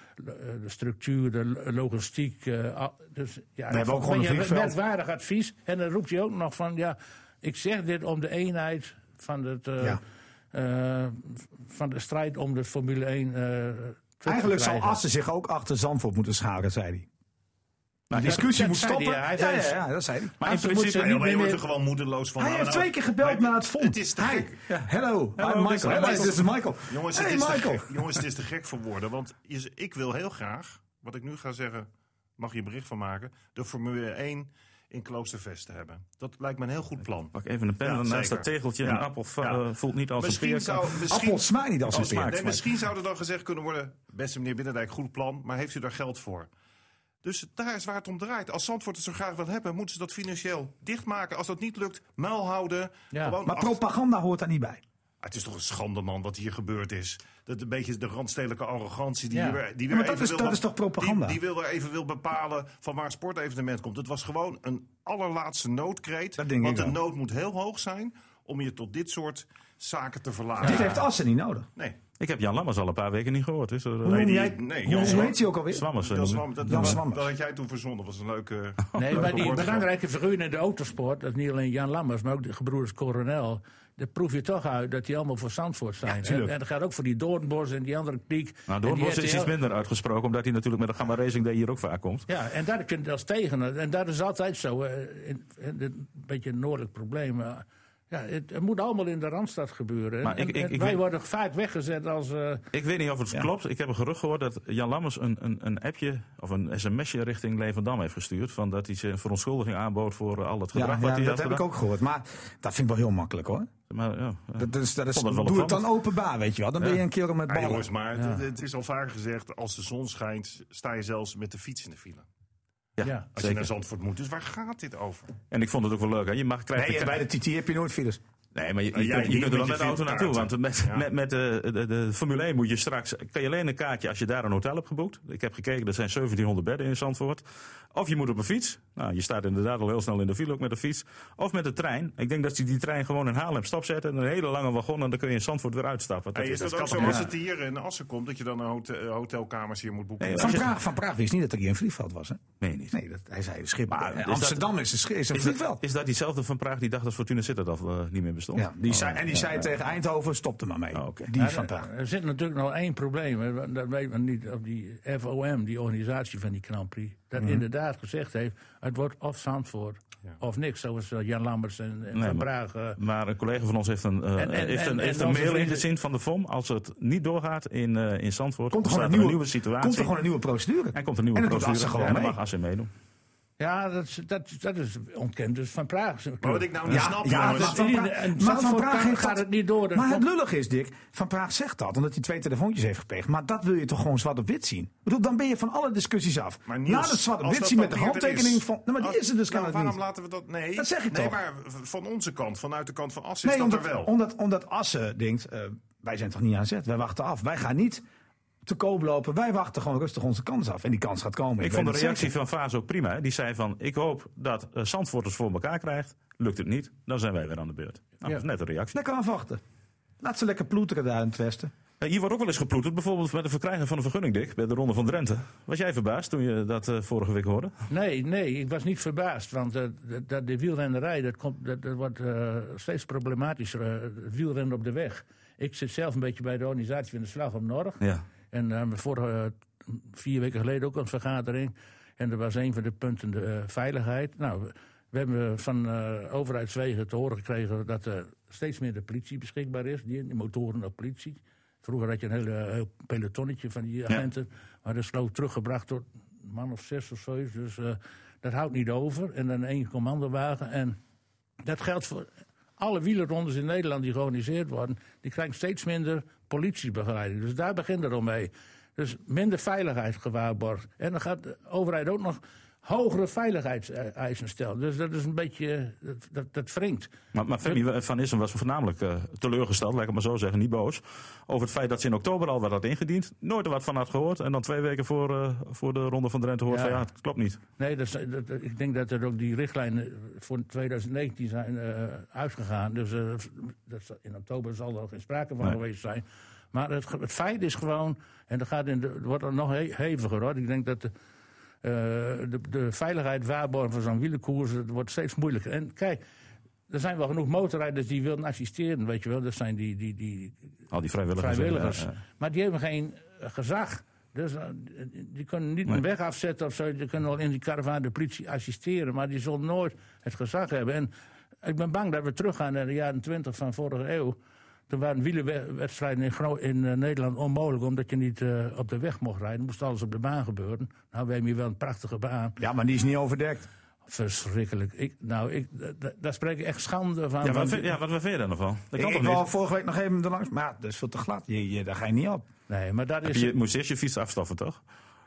de structuur, de logistiek. Uh, dus, ja, we hebben ook gewoon een vliegveld. Merkwaardig advies. En dan roept hij ook nog van, ja, ik zeg dit om de eenheid van het... Uh, ja. Uh, van de strijd om de Formule één uh, Eigenlijk zou Assen zich ook achter Zandvoort moeten scharen, zei hij. Maar de discussie moet stoppen. Die, hij ja, ja, ja, dat zei hij. Maar in principe nee, maar je wordt er gewoon moedeloos van. Hij nou, heeft twee keer gebeld maar, naar het fonds. Het is te hij, gek. Ja. Hello, Hello, I'm Michael. Michael. Dit is Michael. Jongens, hey, het is Michael. Gek, jongens, het is te gek voor woorden. Want ik wil heel graag, wat ik nu ga zeggen, mag je bericht van maken, de Formule één in Kloostervest te hebben. Dat lijkt me een heel goed plan. Pak even een pen ja, naast dat tegeltje. Ja. En Appel ja. uh, voelt niet als misschien een peer. Zou, misschien, Appel smaakt niet als een peer. Nee, misschien zou er dan gezegd kunnen worden, beste meneer Binnendijk, goed plan, maar heeft u daar geld voor? Dus daar is waar het om draait. Als Zandvoort het zo graag wil hebben, moeten ze dat financieel dichtmaken. Als dat niet lukt, muil houden. Ja. Gewoon Maar af- propaganda hoort daar niet bij. Ah, het is toch een schande, man, wat hier gebeurd is. Dat een beetje de randstedelijke arrogantie die Ja. weer, die Ja, weer maar dat even is- wil, dat is toch propaganda? Die, die wil weer even wil bepalen van waar een sportevenement komt. Het was gewoon een allerlaatste noodkreet. Dat denk want ik de wel. nood moet heel hoog zijn om je tot dit soort zaken te verlaten. Dit heeft Assen niet nodig. Nee. Ik heb Jan Lammers al een paar weken niet gehoord. Is er, Hoe uh, noem die- jij, nee, hoe, Jan hoe Zwam- heet hij ook alweer? Zwammers. Dat, uh, is wel- dat, Jan dat- Zwammers. dat had jij toen verzonnen. Dat was een leuke... Nee, maar die woordgrap. belangrijke figuur in de autosport, dat is niet alleen Jan Lammers, maar ook de gebroeders Coronel. Daar proef je toch uit dat die allemaal voor Zandvoort zijn. en, tuurlijk. en dat gaat ook voor die Doornbos en die andere kliek. Nou, En Doornbos die is R T L. iets minder uitgesproken, omdat hij natuurlijk met de Gamma Racing Day hier ook vaak komt. Ja, en daar heb je het als tegen. En dat is altijd zo. eh, in- in- Een beetje een noordelijk probleem. eh. Ja, het, het moet allemaal in de Randstad gebeuren. Maar En- ik- en ik- ik wij weet- worden vaak weggezet als... eh, Ik weet niet of het klopt. Ik heb een gerucht gehoord dat Jan Lammers een, een, een appje of een sms'je richting Leeuwendam heeft gestuurd. Van dat hij zijn verontschuldiging aanbood voor uh, al het gedrag Ja, wat ja, hij dat had heb ik gedaan. ook gehoord. Maar dat vind ik wel heel makkelijk hoor. Maar, ja, ja. Dat is, dat is, Vond het wel doe het dan opvallend. openbaar, weet je wel. Dan ben je een kerel met Ja, ballen. jongens, maar het, het is al vaker gezegd, als de zon schijnt, sta je zelfs met de fiets in de file. Ja, Ja. Als je zeker. naar Zandvoort moet. Dus waar gaat dit over? En ik vond het ook wel leuk. Hè. Je mag krijgen. Nee, bij de T T heb je nooit files. Nee, maar je, je, Nou, jij kunt, je hier kunt er wel met met je de auto naartoe. kaarten. Want met, Ja. met, met de, de, de Formule één moet je straks. Kan je alleen een kaartje als je daar een hotel hebt geboekt. Ik heb gekeken, er zijn zeventienhonderd bedden in Zandvoort. Of je moet op een fiets. Nou, je staat inderdaad al heel snel in de file ook met de fiets. Of met de trein. Ik denk dat ze die trein gewoon in Haarlem stopzetten. En een hele lange wagon. En dan kun je in Zandvoort weer uitstappen. Hey, is dat ook zo kan als toch het hier in Assen komt, dat je dan een hotel, hotelkamers hier moet boeken? Nee, Van Als je- Praag, van Praag wist niet dat er hier een vliegveld was. Hè? niet? Nee, niet. Nee, dat, hij zei schip. Maar Eh, is dat- Amsterdam is een, sch- is een Is vliegveld. dat, is dat diezelfde van Praag die dacht dat Fortuna Sittard uh, niet meer bestond? Ja, die Oh, zei, en die ja, zei ja. tegen Eindhoven, stop er maar mee. Oh, oké. Die Ja, van er- Praag. Er zit natuurlijk nog één probleem. Hè. Dat weet men niet. Of die F O M, die organisatie van die Grand Prix, dat Mhm. inderdaad gezegd heeft: het wordt of Zandvoort of niks. Zoals eh, Jan Lammers en, en Nee, Van maar- Praag. eh. Maar een collega van ons heeft een, uh, En- en- heeft en- een, en heeft een onze mail vrienden- ingezien van de F O M. Als het niet doorgaat in, uh, in Zandvoort, Komt er ontstaat gewoon een er nieuwe, nieuwe situatie. komt er gewoon een nieuwe procedure. En komt een nieuwe En dan doet procedure. Assen gewoon en dan mee. mag Assen meedoen. Ja, dat, is- dat, dat is ontkend. Dus Van Praag. is een Maar club. wat ik nou niet Ja, snap, ja, jongens. maar Van in- Praag, in maar Van Zandvoort Praag kan- heeft gaat dat- het niet door. Dat Maar het komt- lullig is, Dick, Van Praag zegt dat, omdat hij twee telefoontjes heeft gepleegd. Maar dat wil je toch gewoon zwart op wit zien? Ik bedoel, dan ben je van alle discussies af. Maar Niels, Laat het zwart op als wit dat zien met de papier er handtekening is- van... Nou, maar die als- is er dus nou, kennelijk waarom niet. laten we dat... Nee, Dat zeg ik nee, toch. maar v- van onze kant, vanuit de kant van Assen, is Nee, dat omdat, er wel. omdat, omdat Assen denkt, eh, wij zijn toch niet aan zet. Wij wachten af. Wij gaan niet te koop lopen. Wij wachten gewoon rustig onze kans af. En die kans gaat komen. Ik weet vond de het reactie zeker. van Vaas ook prima. Hè. Die zei van, ik hoop dat uh, Zandvoort het voor elkaar krijgt. Lukt het niet, dan zijn wij weer aan de beurt. Nou, Ja. Dat is net een reactie. Lekker afwachten. Laat ze lekker ploeteren daar in het westen. Uh, hier wordt ook wel eens geploeterd, bijvoorbeeld met het verkrijgen van een vergunning, Dick, bij de Ronde van Drenthe. Was jij verbaasd toen je dat uh, vorige week hoorde? Nee, nee, ik was niet verbaasd. Want uh, dat, dat de wielrennerij, dat, komt, dat, dat wordt uh, steeds problematischer. Uh, het wielrennen op de weg. Ik zit zelf een beetje bij de organisatie van de Slag om Norg. Ja. En uh, vorige, uh, vier weken geleden ook een vergadering. En er was een van de punten de uh, veiligheid. Nou, we, we hebben van uh, overheidswegen te horen gekregen dat er steeds meer de politie beschikbaar is. Die, die motoren op politie. Vroeger had je een hele, heel pelotonnetje van die agenten. Ja. Maar dat is geloof ik teruggebracht tot een man of zes of zo. Dus uh, dat houdt niet over. En dan één commandowagen. En dat geldt voor alle wielerrondes in Nederland die georganiseerd worden. Die krijgen steeds minder politiebegeleiding. Dus daar begint het al mee. Dus minder veiligheid gewaarborgd. En dan gaat de overheid ook nog hogere veiligheidseisen stellen. Dus dat is een beetje, dat, dat, dat wringt. Maar, maar Femi van Issen was voornamelijk uh, teleurgesteld, laat ik het maar zo zeggen, niet boos. Over het feit dat ze in oktober al wat had ingediend. Nooit er wat van had gehoord. En dan twee weken voor, uh, voor de Ronde van Drenthe hoort Ja. van ja, het klopt niet. Nee, dat is, dat, dat- ik denk dat er ook die richtlijnen voor twintig negentien zijn uh, uitgegaan. Dus uh, dat, is- in oktober zal er ook geen sprake van Nee. geweest zijn. Maar het, het feit is gewoon, en dat gaat in de, het wordt nog he- heviger hoor. Ik denk dat de, uh, de, de veiligheid waarborgen van zo'n wielerkoers, het wordt steeds moeilijker. En kijk, er zijn wel genoeg motorrijders die willen assisteren, weet je wel. Dat zijn die, die, die Al die vrijwilligers. vrijwilligers. Ja, ja. Maar die hebben geen uh, gezag. Dus uh, die kunnen niet Nee. een weg afzetten of zo. Die kunnen wel in die karavaan de politie assisteren. Maar die zullen nooit het gezag hebben. En ik ben bang dat we teruggaan naar de jaren twintig van vorige eeuw. Toen waren wielerwedstrijden in, Gro- in uh, Nederland onmogelijk. Omdat je niet uh, op de weg mocht rijden. Moest alles op de baan gebeuren. Nou, we hebben hier wel een prachtige baan. Ja, maar die is niet overdekt. Verschrikkelijk. Ik, nou, ik, d- d- daar spreek ik echt schande van. Ja, van wat, vind- ja, wat wat vind je daar nog van? Dat Ik, kan ik toch wou niet? vorige week nog even erlangs. Maar ja, dat is veel te glad. Je, je, daar ga je niet op. Nee, maar dat is... Je moest eerst je fiets afstoffen, toch?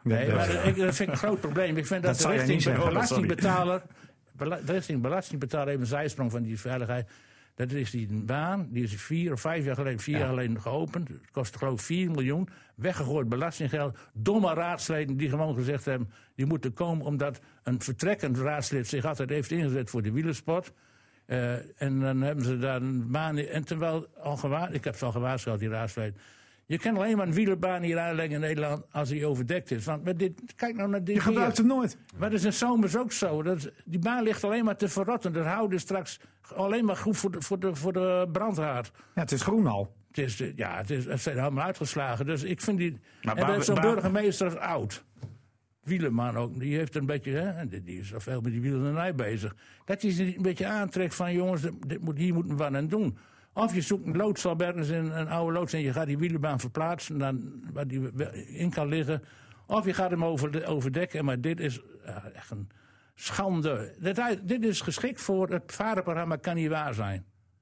Nee, maar ik, dat vind ik een groot probleem. Ik vind dat, Dat de zou jij niet richting zeggen. belastingbetaler... bela- de richting belastingbetaler even een zijsprong van die veiligheid. Dat is die baan, die is vier of vijf jaar geleden, vier Ja. jaar geleden geopend. Het kost geloof ik vier miljoen. Weggegooid belastinggeld. Domme raadsleden die gewoon gezegd hebben... die moeten komen omdat een vertrekkend raadslid zich altijd heeft ingezet voor de wielersport. Uh, en dan hebben ze daar een baan in. En terwijl al gewaarschuwd, ik heb ze al gewaarschuwd, die raadsleden. Je kan alleen maar een wielerbaan hier aanleggen in Nederland als hij overdekt is. Want met dit, kijk nou naar dit Je gebruikt weer. hem nooit. Maar dat is in zomers ook zo. Dat is, die baan ligt alleen maar te verrotten. Dat hout is straks alleen maar goed voor de, voor de, voor de brandhaard. Ja, het is groen al. Het is, eh, ja, het, is, het zijn allemaal uitgeslagen. Dus ik vind die... Maar en baan- dat zo'n baan- burgemeester is oud. Wielerman ook. Die heeft een beetje... Hè, die, die is al veel met die wielerij bezig. Dat hij zich een beetje aantrekt van... jongens, dit, dit moet, hier moeten we wat aan doen. Of je zoekt een loods al ergens in een oude loods... en je gaat die wielerbaan verplaatsen... Dan, waar die in kan liggen. Of je gaat hem over, overdekken. Maar dit is ja, echt een schande. Dit, dit is geschikt voor het vaderprogramma Kan Niet Waar Zijn.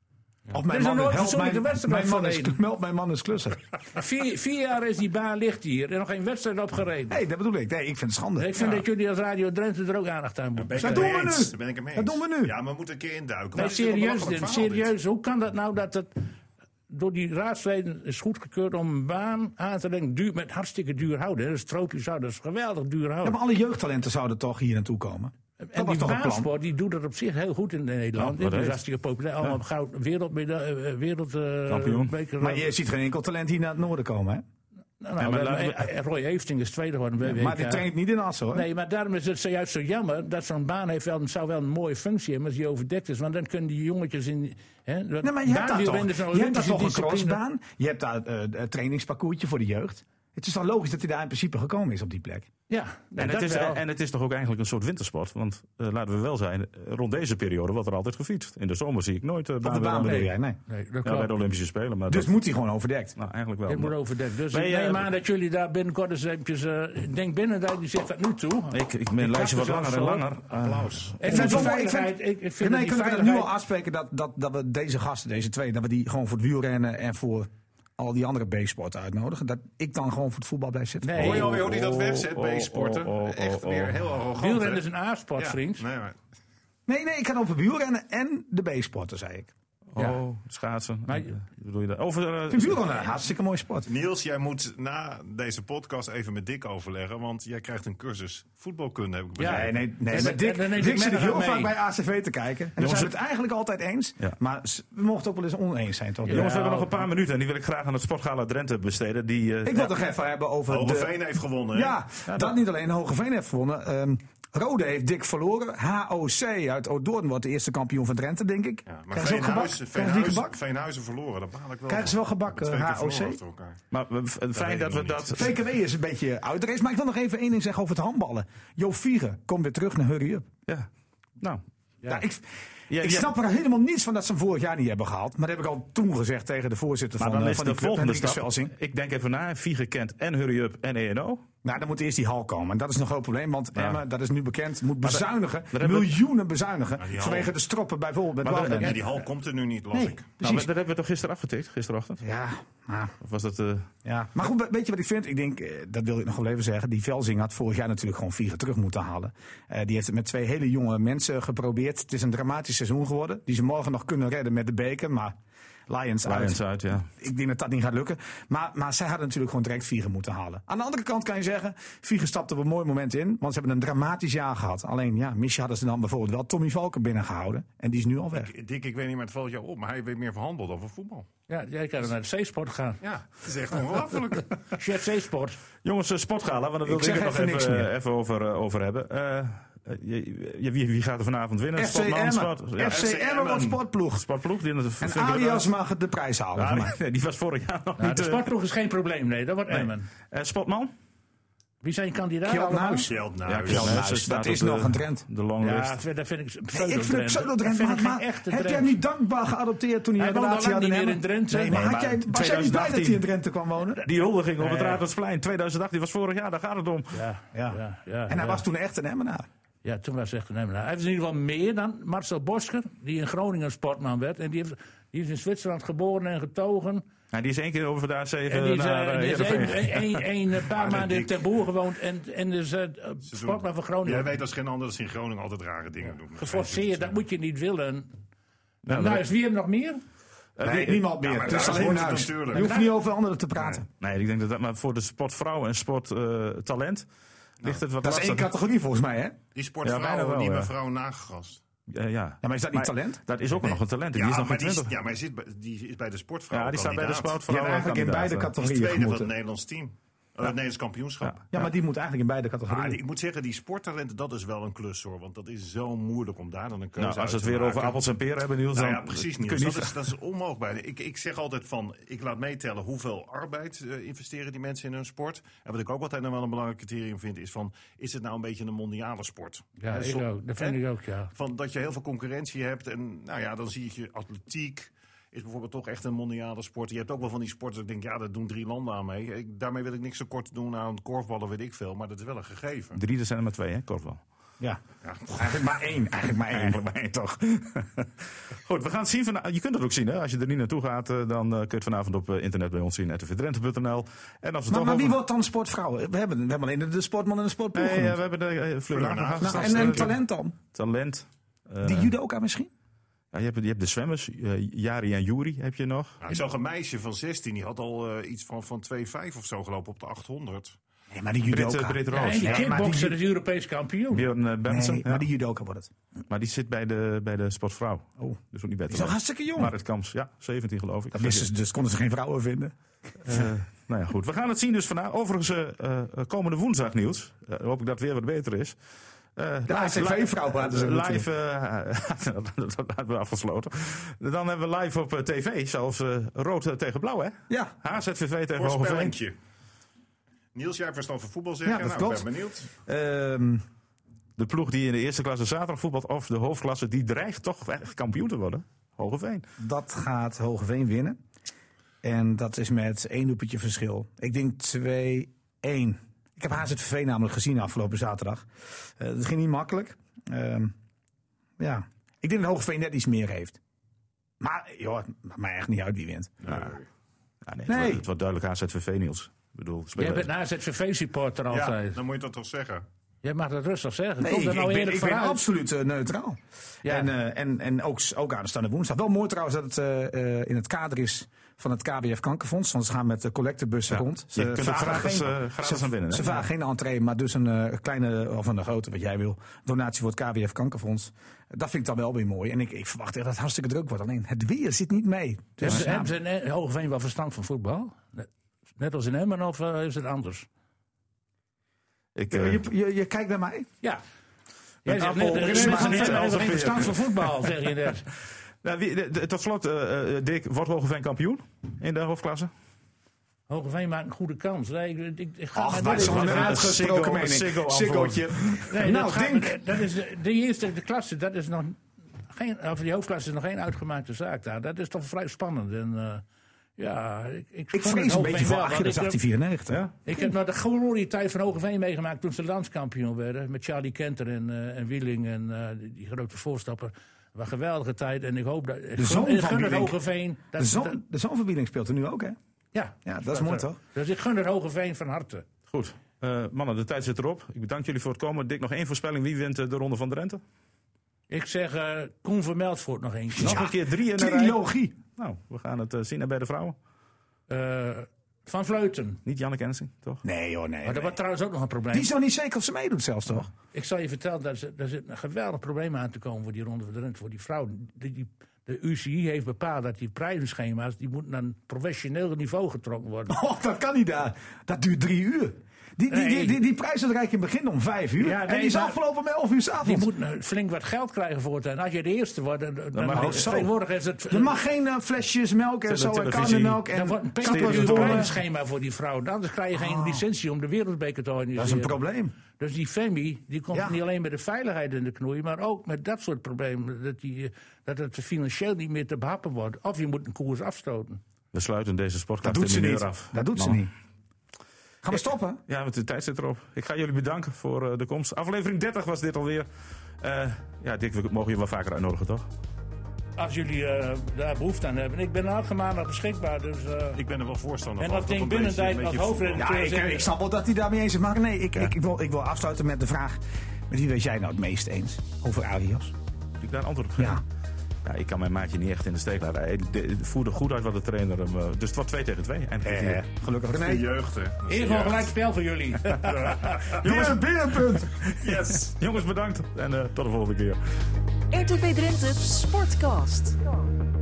Of Er mijn is man, nog nooit help, een zonnige mijn, wedstrijd mijn, man is, verleden. meld mijn man is klusser. Vier, vier jaar is die baan ligt hier. En nog geen wedstrijd opgereden. Nee, dat bedoel ik. Nee, ik vind het schande. Ik vind dat jullie als Radio Drenthe er ook aandacht aan moeten. Ben ik Dat het doen mee we eens. nu. Daar ben ik het mee Dat eens. doen we nu. Ja, maar we moeten een keer induiken. Nee, Want het is toch een serieus, belachelijk dit, verhaal, dit. serieus. Hoe kan dat nou dat het door die raadsleden is goedgekeurd om een baan aan te leggen duur, met hartstikke duur houden? Dat is tropisch hout, dat is geweldig duur Ja, hout. maar alle jeugdtalenten zouden toch hier naartoe komen. Dat En was die toch een plan? baansport die doet dat op zich heel goed in Nederland. Ja, Dit dat is heeft. hartstikke populair. Allemaal goud, wereldmedal, eh, wereld, eh, Kampioen. beker- Maar je ziet geen enkel talent hier naar het noorden komen, hè? Nou, Ja, maar nou, laten we- eh, Roy Evting is tweede geworden bij W K. Maar die traint niet in Assen, hoor. Nee, maar daarom is het zojuist zo jammer dat zo'n baan heeft wel, zou wel een mooie functie hebben als die overdekt is. Want dan kunnen die jongetjes in... Hè, Nee, maar je hebt daar toch, baanwielrennen is een je hebt daar Olympische toch een discipline. crossbaan. Je hebt daar eh, een trainingsparcoursje voor de jeugd. Het is dan logisch dat hij daar in principe gekomen is op die plek. Ja, En het, is, en het is toch ook eigenlijk een soort wintersport. Want uh, laten we wel zijn, uh, rond deze periode wordt er altijd gefietst. In de zomer zie ik nooit uh, Op de baan baanwielrennen. bedoel jij? Nee. Nee, dat Ja, klopt. bij de Olympische Spelen. Maar Dus dat, moet hij gewoon overdekt. nou, eigenlijk wel. Dit moet Maar- overdekt. Dus Ben ik je- neem aan dat jullie daar binnenkort eens eventjes... Uh, ik denk binnen dat die zegt dat nu toe. Ik, ik mijn lijstje wat langer en langer. Uh, Applaus. Ik vind vind het die wel- ik vind- veiligheid... Ik, ik vind Nee, die kunnen we dat nu veiligheid... al afspreken dat, dat, dat we deze gasten, deze twee, dat we die gewoon voor het wielrennen en voor al die andere B-sporten uitnodigen? Dat ik dan gewoon voor het voetbal blijf zitten? Nee. Hoor je alweer hoe hij dat Oh, wegzet bij oh, sporten? oh, oh, Echt oh, weer oh. heel arrogant. Wielrennen hè? is een A-sport, Ja, vriend. nee, maar- Nee, nee, ik ga over wielrennen en de B-sporten, zei ik. Ja. Oh, schaatsen. Maar- Uh, bedoel je dat? Over, uh, Ik vind wielrennen een hartstikke mooie sport. Niels, jij moet na deze podcast even met Dick overleggen, want jij krijgt een cursus voetbalkunde, heb ik Ja, begrepen. Nee, nee, nee. En Maar dan- Dick, dan neem Dick ik zit mij heel nog vaak mee. bij A C V te kijken. En dan Jongens, zijn we het eigenlijk altijd eens. Ja. Maar s- we mogen het ook wel eens oneens zijn, toch? Jongens, we Ja, hebben nog een paar minuten en die wil ik graag aan het Sportgala Drenthe besteden. Die, uh, Ik wil het nog even hebben over de... Hogeveen heeft gewonnen, hè? Ja, dat niet alleen Hogeveen heeft gewonnen. Ehm, Rode heeft dik verloren. H O C uit Ouddoorn wordt de eerste kampioen van Drenthe, denk ik. Ja, maar Krijgen ze ook gebak? Veenhuizen, Krijgen ze die Veenhuizen, gebak? Veenhuizen verloren, dat baal ik wel. Krijgen ze wel gebak, Twee keer eh, H O C? verloren achter elkaar. maar uh, f- fijn weet dat ik we nog dat... V K W is een beetje uit de race. Maar ik wil nog even één ding zeggen over het handballen. Jo Vieren komt weer terug naar Hurry Up. Ja, nou... Ja. Ja, ik Ja, ik ja. snap er helemaal niets van dat ze hem vorig jaar niet hebben gehaald. Maar dat heb ik al toen gezegd tegen de voorzitter Maar van, dan eh, is van de die club, volgende Henrique stap. Svelsing. Ik denk even na. Vier kent en Hurry Up en E N O. Nou, dan moet eerst die hal komen. En dat is een groot probleem, want Ja. Emmen, dat is nu bekend, moet daar- bezuinigen. daar hebben we- miljoenen bezuinigen. die hal- Vanwege de stroppen bijvoorbeeld met Maar daar- Warden. Ja, die hal komt er nu niet, las Nee, ik. Nou, precies. maar dat hebben we toch gisteren afgetikt, gisterochtend? Ja, maar, Of was dat... Uh, ja. maar goed, weet je wat ik vind? Ik denk, eh, dat wil ik nog wel even zeggen. Die Velzing had vorig jaar natuurlijk gewoon Vieren terug moeten halen. Eh, die heeft het met twee hele jonge mensen geprobeerd. Het is een dramatisch seizoen geworden. Die ze morgen nog kunnen redden met de beker. Maar Lions, Lions uit. uit, ja. Ik denk dat dat niet gaat lukken. Maar, maar zij hadden natuurlijk gewoon direct Vieren moeten halen. Aan de andere kant kan je zeggen, Vieren stapt op een mooi moment in. Want ze hebben een dramatisch jaar gehad. Alleen, ja, missie hadden ze dan bijvoorbeeld wel Tommy Valken binnengehouden. En die is nu al weg. Dick, ik weet niet, maar het valt jou op, maar hij weet meer van handbal dan van voetbal. Ja, jij kan naar de C-sport gaan. Ja, het is echt ongelooflijk. Chef C-sport. Jongens, uh, Sportgala, want daar wilde Ik ik, zeg het nog even even, niks uh, meer. even over, uh, over hebben. Uh, je, je, wie, wie gaat er vanavond winnen? F C Sportman, Emmen. Sport, ja, F C Emmen wordt sportploeg. Sportploeg. Die, dat En vind ik Arias wel- mag de prijs halen. Ja, voor mij. die, nee, die was vorig jaar nog Nou, niet... de uh, sportploeg is geen probleem, nee. Dat wordt Emmen. uh, Sportman? Wie zijn kandidaten allemaal? Kjeldnuis. Kjeldnuis. Ja, Ja, Kjeldnuis Kjeldnuis, staat dat is op nog de- een Drent. De longlist. Ja, dat vind ik Nee, ik vind het pseudo-Drent. Dat Maar, vind ik maar geen echte heb jij Drent. niet dankbaar geadopteerd toen hij Hij een woont al relatie lang had in niet meer Emmen? in Drenthe. Nee, maar Nee, had jij, maar was jij niet blij dat hij tweeduizend achttien in Drenthe kwam wonen? Die huldiging op het Nee. Raadhuisplein tweeduizend achttien was vorig jaar, daar gaat het om. Ja, Ja. ja, ja, En hij ja. was toen echt een Emmenaar. Ja, toen was hij echt een Emmenaar. Hij heeft in ieder geval meer dan Marcel Bosker, die in Groningen sportman werd. En die, heeft, die is in Zwitserland geboren en getogen. Nou, die is één keer over de A zeven En die is, naar uh, uh, die is Heerenveen. een, een, een paar Ah, maanden dik. ter boer gewoond en, en dus uh, Sportman van Groningen. Jij weet als geen ander dat ze in Groningen altijd rare dingen doen. Geforceerd, dat moet je niet willen. Nou, nou, dat- is wie hem nog meer? Nee, niemand meer. Ja, maar het is daar alleen hoort het huis. natuurlijk. Je hoeft niet over anderen te praten. Nee, ik denk dat dat maar voor de sportvrouw en sporttalent ligt het wat Dat is één lastig. categorie volgens mij, hè? Die sportvrouw, Ja, bijna wel, die ja. mevrouw nagegast. Ja, ja. Ja, maar is dat niet talent? Dat is ook nog een talent. Die Ja, is nog maar geen die, is- twintig. ja, maar hij zit bij, die is bij de sportvrouw. Ja, die staat bij de kandidaat. sportvrouw. Je hebt eigenlijk in beide Die is categorieën tweede van het gemoeten. Nederlands team. Uh, het Nederlands kampioenschap. Ja, maar die moet eigenlijk in beide Maar categorieën. ik moet zeggen, die sporttalenten, dat is wel een klus hoor. Want dat is zo moeilijk om daar dan een keuze Nou, als uit we het te weer maken. over appels en peren hebben, Niels, Nou dan ja, precies kun niet. je Dat is, dat is onmogelijk. Ik, ik zeg altijd van, ik laat meetellen hoeveel arbeid uh, investeren die mensen in hun sport. En wat ik ook altijd nog wel een belangrijk criterium vind, is van, is het nou een beetje een mondiale sport? Ja, Hè, ik som- ook. Dat vind hè? ik ook, ja. Van dat je heel veel concurrentie hebt. En nou ja, dan zie je atletiek. Is bijvoorbeeld toch echt een mondiale sport. Je hebt ook wel van die sporten dat ik denk, ja, dat doen drie landen aan mee. Ik, daarmee wil ik niks zo kort doen aan korfballen, weet ik veel. Maar dat is wel een gegeven. drie, er zijn er maar twee, hè, korfbal. Ja. Ja. Eigenlijk maar één. Eigenlijk maar één. Eigenlijk maar één, toch? Goed, we gaan het zien. Van, je kunt het ook zien, hè. Als je er niet naartoe gaat, eh, dan uh, kun je het vanavond op uh, internet bij ons zien. r t v drenthe punt n l. En als we Maar, toch maar wie over... wordt dan sportvrouw? We hebben, we hebben alleen de sportman en de sportploeg Nee, genoemd. ja, we hebben de uh, Fleur Nou, Lager Nou, gehad. en, en Uh, talent dan? Talent. Uh, Die judoka misschien? ja, je, hebt, je hebt de zwemmers, uh, Jari en Juri heb je nog. Nou, ik zag een meisje van zestien, die had al uh, iets van, van twee komma vijf of zo gelopen op de achthonderd. Nee, maar die Brit, judoka. uh, Brit Ja, Roos. en die Ja, maar kickbokser die- is Europees kampioen. Björn uh, Benson. Nee, ja. maar die judoka wordt het. Maar die zit bij de, bij de sportvrouw. Oh. Dus ook niet bij Die is nog talent. hartstikke jong. Maar het Kams, ja, zeventien geloof ik. Dat wisten ze, dus konden ze geen vrouwen vinden. Uh, nou ja, goed. We gaan het zien dus vandaag. Overigens, uh, uh, komende woensdag, Niels. Uh, hoop ik dat het weer wat beter is. Uh, De A C V-vrouw hadden ze uh, live, uh, dat hebben we afgesloten. Dan hebben we live op uh, tv, zelfs uh, rood uh, tegen blauw, hè? Ja. H Z V V tegen Hogeveen. Voorspellingje. Niels, jij hebt verstand van voetbal zeggen. Ja, dat nou, klopt. ik ben benieuwd. Ehm, De ploeg die in de eerste klasse zaterdag voetbalt, of de hoofdklasse, die dreigt toch echt kampioen te worden. Hogeveen. dat gaat Hogeveen winnen. En dat is met één doelpuntje verschil. Ik denk twee één. Ik heb H Z V V namelijk gezien afgelopen zaterdag. Uh, dat ging niet makkelijk. Ehm, ja. Ik denk dat Hogeveen net iets meer heeft. Maar joh, het maakt mij echt niet uit wie wint. Ja, nee, het, Nee. wordt, het wordt duidelijk H Z V V, Niels. Ik bedoel, Jij spelen. bent een A Z V V-supporter altijd. Ja, dan moet je dat toch zeggen. Jij mag dat rustig zeggen. Nee, Komt ik, er nou ik ben, eerlijk ik ben vooruit? absoluut uh, neutraal. Ja. En, uh, en, en ook, ook aanstaande woensdag. Wel mooi trouwens dat het uh, uh, in het kader is van het K W F Kankerfonds. Want ze gaan met de collectebussen Ja. rond. Je Ze kunt er vragen gratis, geen- uh, gratis ze, aan binnen. Ze hè? vragen geen entree, maar dus een uh, kleine of een grote, wat jij wil, donatie voor het K W F Kankerfonds. Dat vind ik dan wel weer mooi. En ik, ik verwacht echt dat het hartstikke druk wordt. Alleen het weer zit niet mee. Dus, Hebben ze, ja, hebben ze in Hogeveen wel verstand van voetbal? Net- Net als in Emmen, of uh, is het anders? Ik, je, uh, je, je, je kijkt naar mij. Ja. Jij zegt appel net, er is is maar mensen niet die hebben als een geen peer. verstand van voetbal, zeg je net. nou, wie, de, de- tot slot, uh, uh, Dick, wordt Hogeveen kampioen in de hoofdklasse? Hogeveen maakt een goede kans. Nee, ik, ik, ik ga Ach, maar dat net is even gewoon een zeggen. uitgesproken Siggo- mening. Siggo- Siggootje. Nee, nou, dat, gaat- denk. dat is de, de eerste de klasse, dat is nog geen, of die hoofdklasse is nog geen uitgemaakte zaak daar. Dat is toch vrij spannend. En, uh, ja, ik, ik, Ik gun het vrees een Hogeveen beetje voor wel, want Achilles ik heb- achttien vierennegentig. Ja? Ik heb nou de glorietijd van Hogeveen meegemaakt toen ze landskampioen werden. Met Charlie Kenter en, uh, en Wieling en uh, die, die grote voorstapper. Het was een geweldige tijd en ik hoop dat... Ik gun- zoon ik van gun het Wieling. Hogeveen... Dat, De dat- zoon, de zoon van Wieling speelt er nu ook, hè? ja, Ja, dat is mooi, toch? Dus ik gun het Hogeveen van harte. Goed. Uh, mannen, de tijd zit erop. Ik bedank jullie voor het komen. Dick, nog één voorspelling. Wie wint uh, de Ronde van Drenthe? Ik zeg, uh, Koen Vermeld voor het nog eentje. Nog een keer drie in de rij. Trilogie. Nou, we gaan het uh, zien. En bij de vrouwen? Uh, van Vleuten. Niet Janneke Ensing, toch? Nee, joh, nee. Maar dat nee. wordt trouwens ook nog een probleem. Die is nog niet zeker of ze meedoet zelfs, toch? Ik zal je vertellen, daar zit, daar zit een geweldig probleem aan te komen voor die Ronde van Drenthe, voor die vrouw. Die, die, de U C I heeft bepaald dat die prijzenschema's, die moeten naar een professioneel niveau getrokken worden. Oh, dat kan niet daar. Dat duurt drie uur. Die, die, die, Nee. die, die prijsuitreiking begint om vijf uur. Ja, en nee, die is maar- afgelopen om elf uur Die s'avonds. moeten flink wat geld krijgen voor het. En als je de eerste wordt, dan, dan, mag dan niet. tegenwoordig is het... Je mag geen uh, flesjes melk en Zet zo de en televisie. karnemelk. Dan En wordt een Stereofoon. prijzenschema voor die vrouw. Anders krijg je geen licentie om de wereldbeker te organiseren. dat is een probleem. Dus die Femi, die komt Ja. niet alleen met de veiligheid in de knoei, maar ook met dat soort problemen. Dat, die, eh, dat het financieel niet meer te behappen wordt. Of je moet een koers afstoten. We sluiten deze Dat sportcast doet in ze de niet. muur af. Dat doet ze Mannen. niet. Gaan we stoppen? Ja, want de tijd zit erop. Ik ga jullie bedanken voor uh, de komst. Aflevering dertig was dit alweer. Uh, ja, Dick, we mogen je wel vaker uitnodigen, toch? als jullie uh, daar behoefte aan hebben. Ik ben elke maandag beschikbaar. Dus, uh, ik ben er wel voorstander en van. En als Dink Binnendijk als hoofdredacteur... Ja, ik, ik snap wel dat hij daarmee eens is. Maar nee, ik, ja. ik, ik, wil, ik wil afsluiten met de vraag... Met wie wees jij nou het meest eens over Arias? Moet ik daar een antwoord op geven? Ja. Ja, ik kan mijn maatje niet echt in de steek laten. Hij voerde goed uit wat de trainer hem... Dus het was twee tegen twee. Eh, gelukkig dat is de jeugd, hè. Eén gewoon gelijk spel voor jullie. Jongens, weer een punt. Yes. Jongens, bedankt. En uh, tot de volgende keer. R T V Drenthe Sportcast.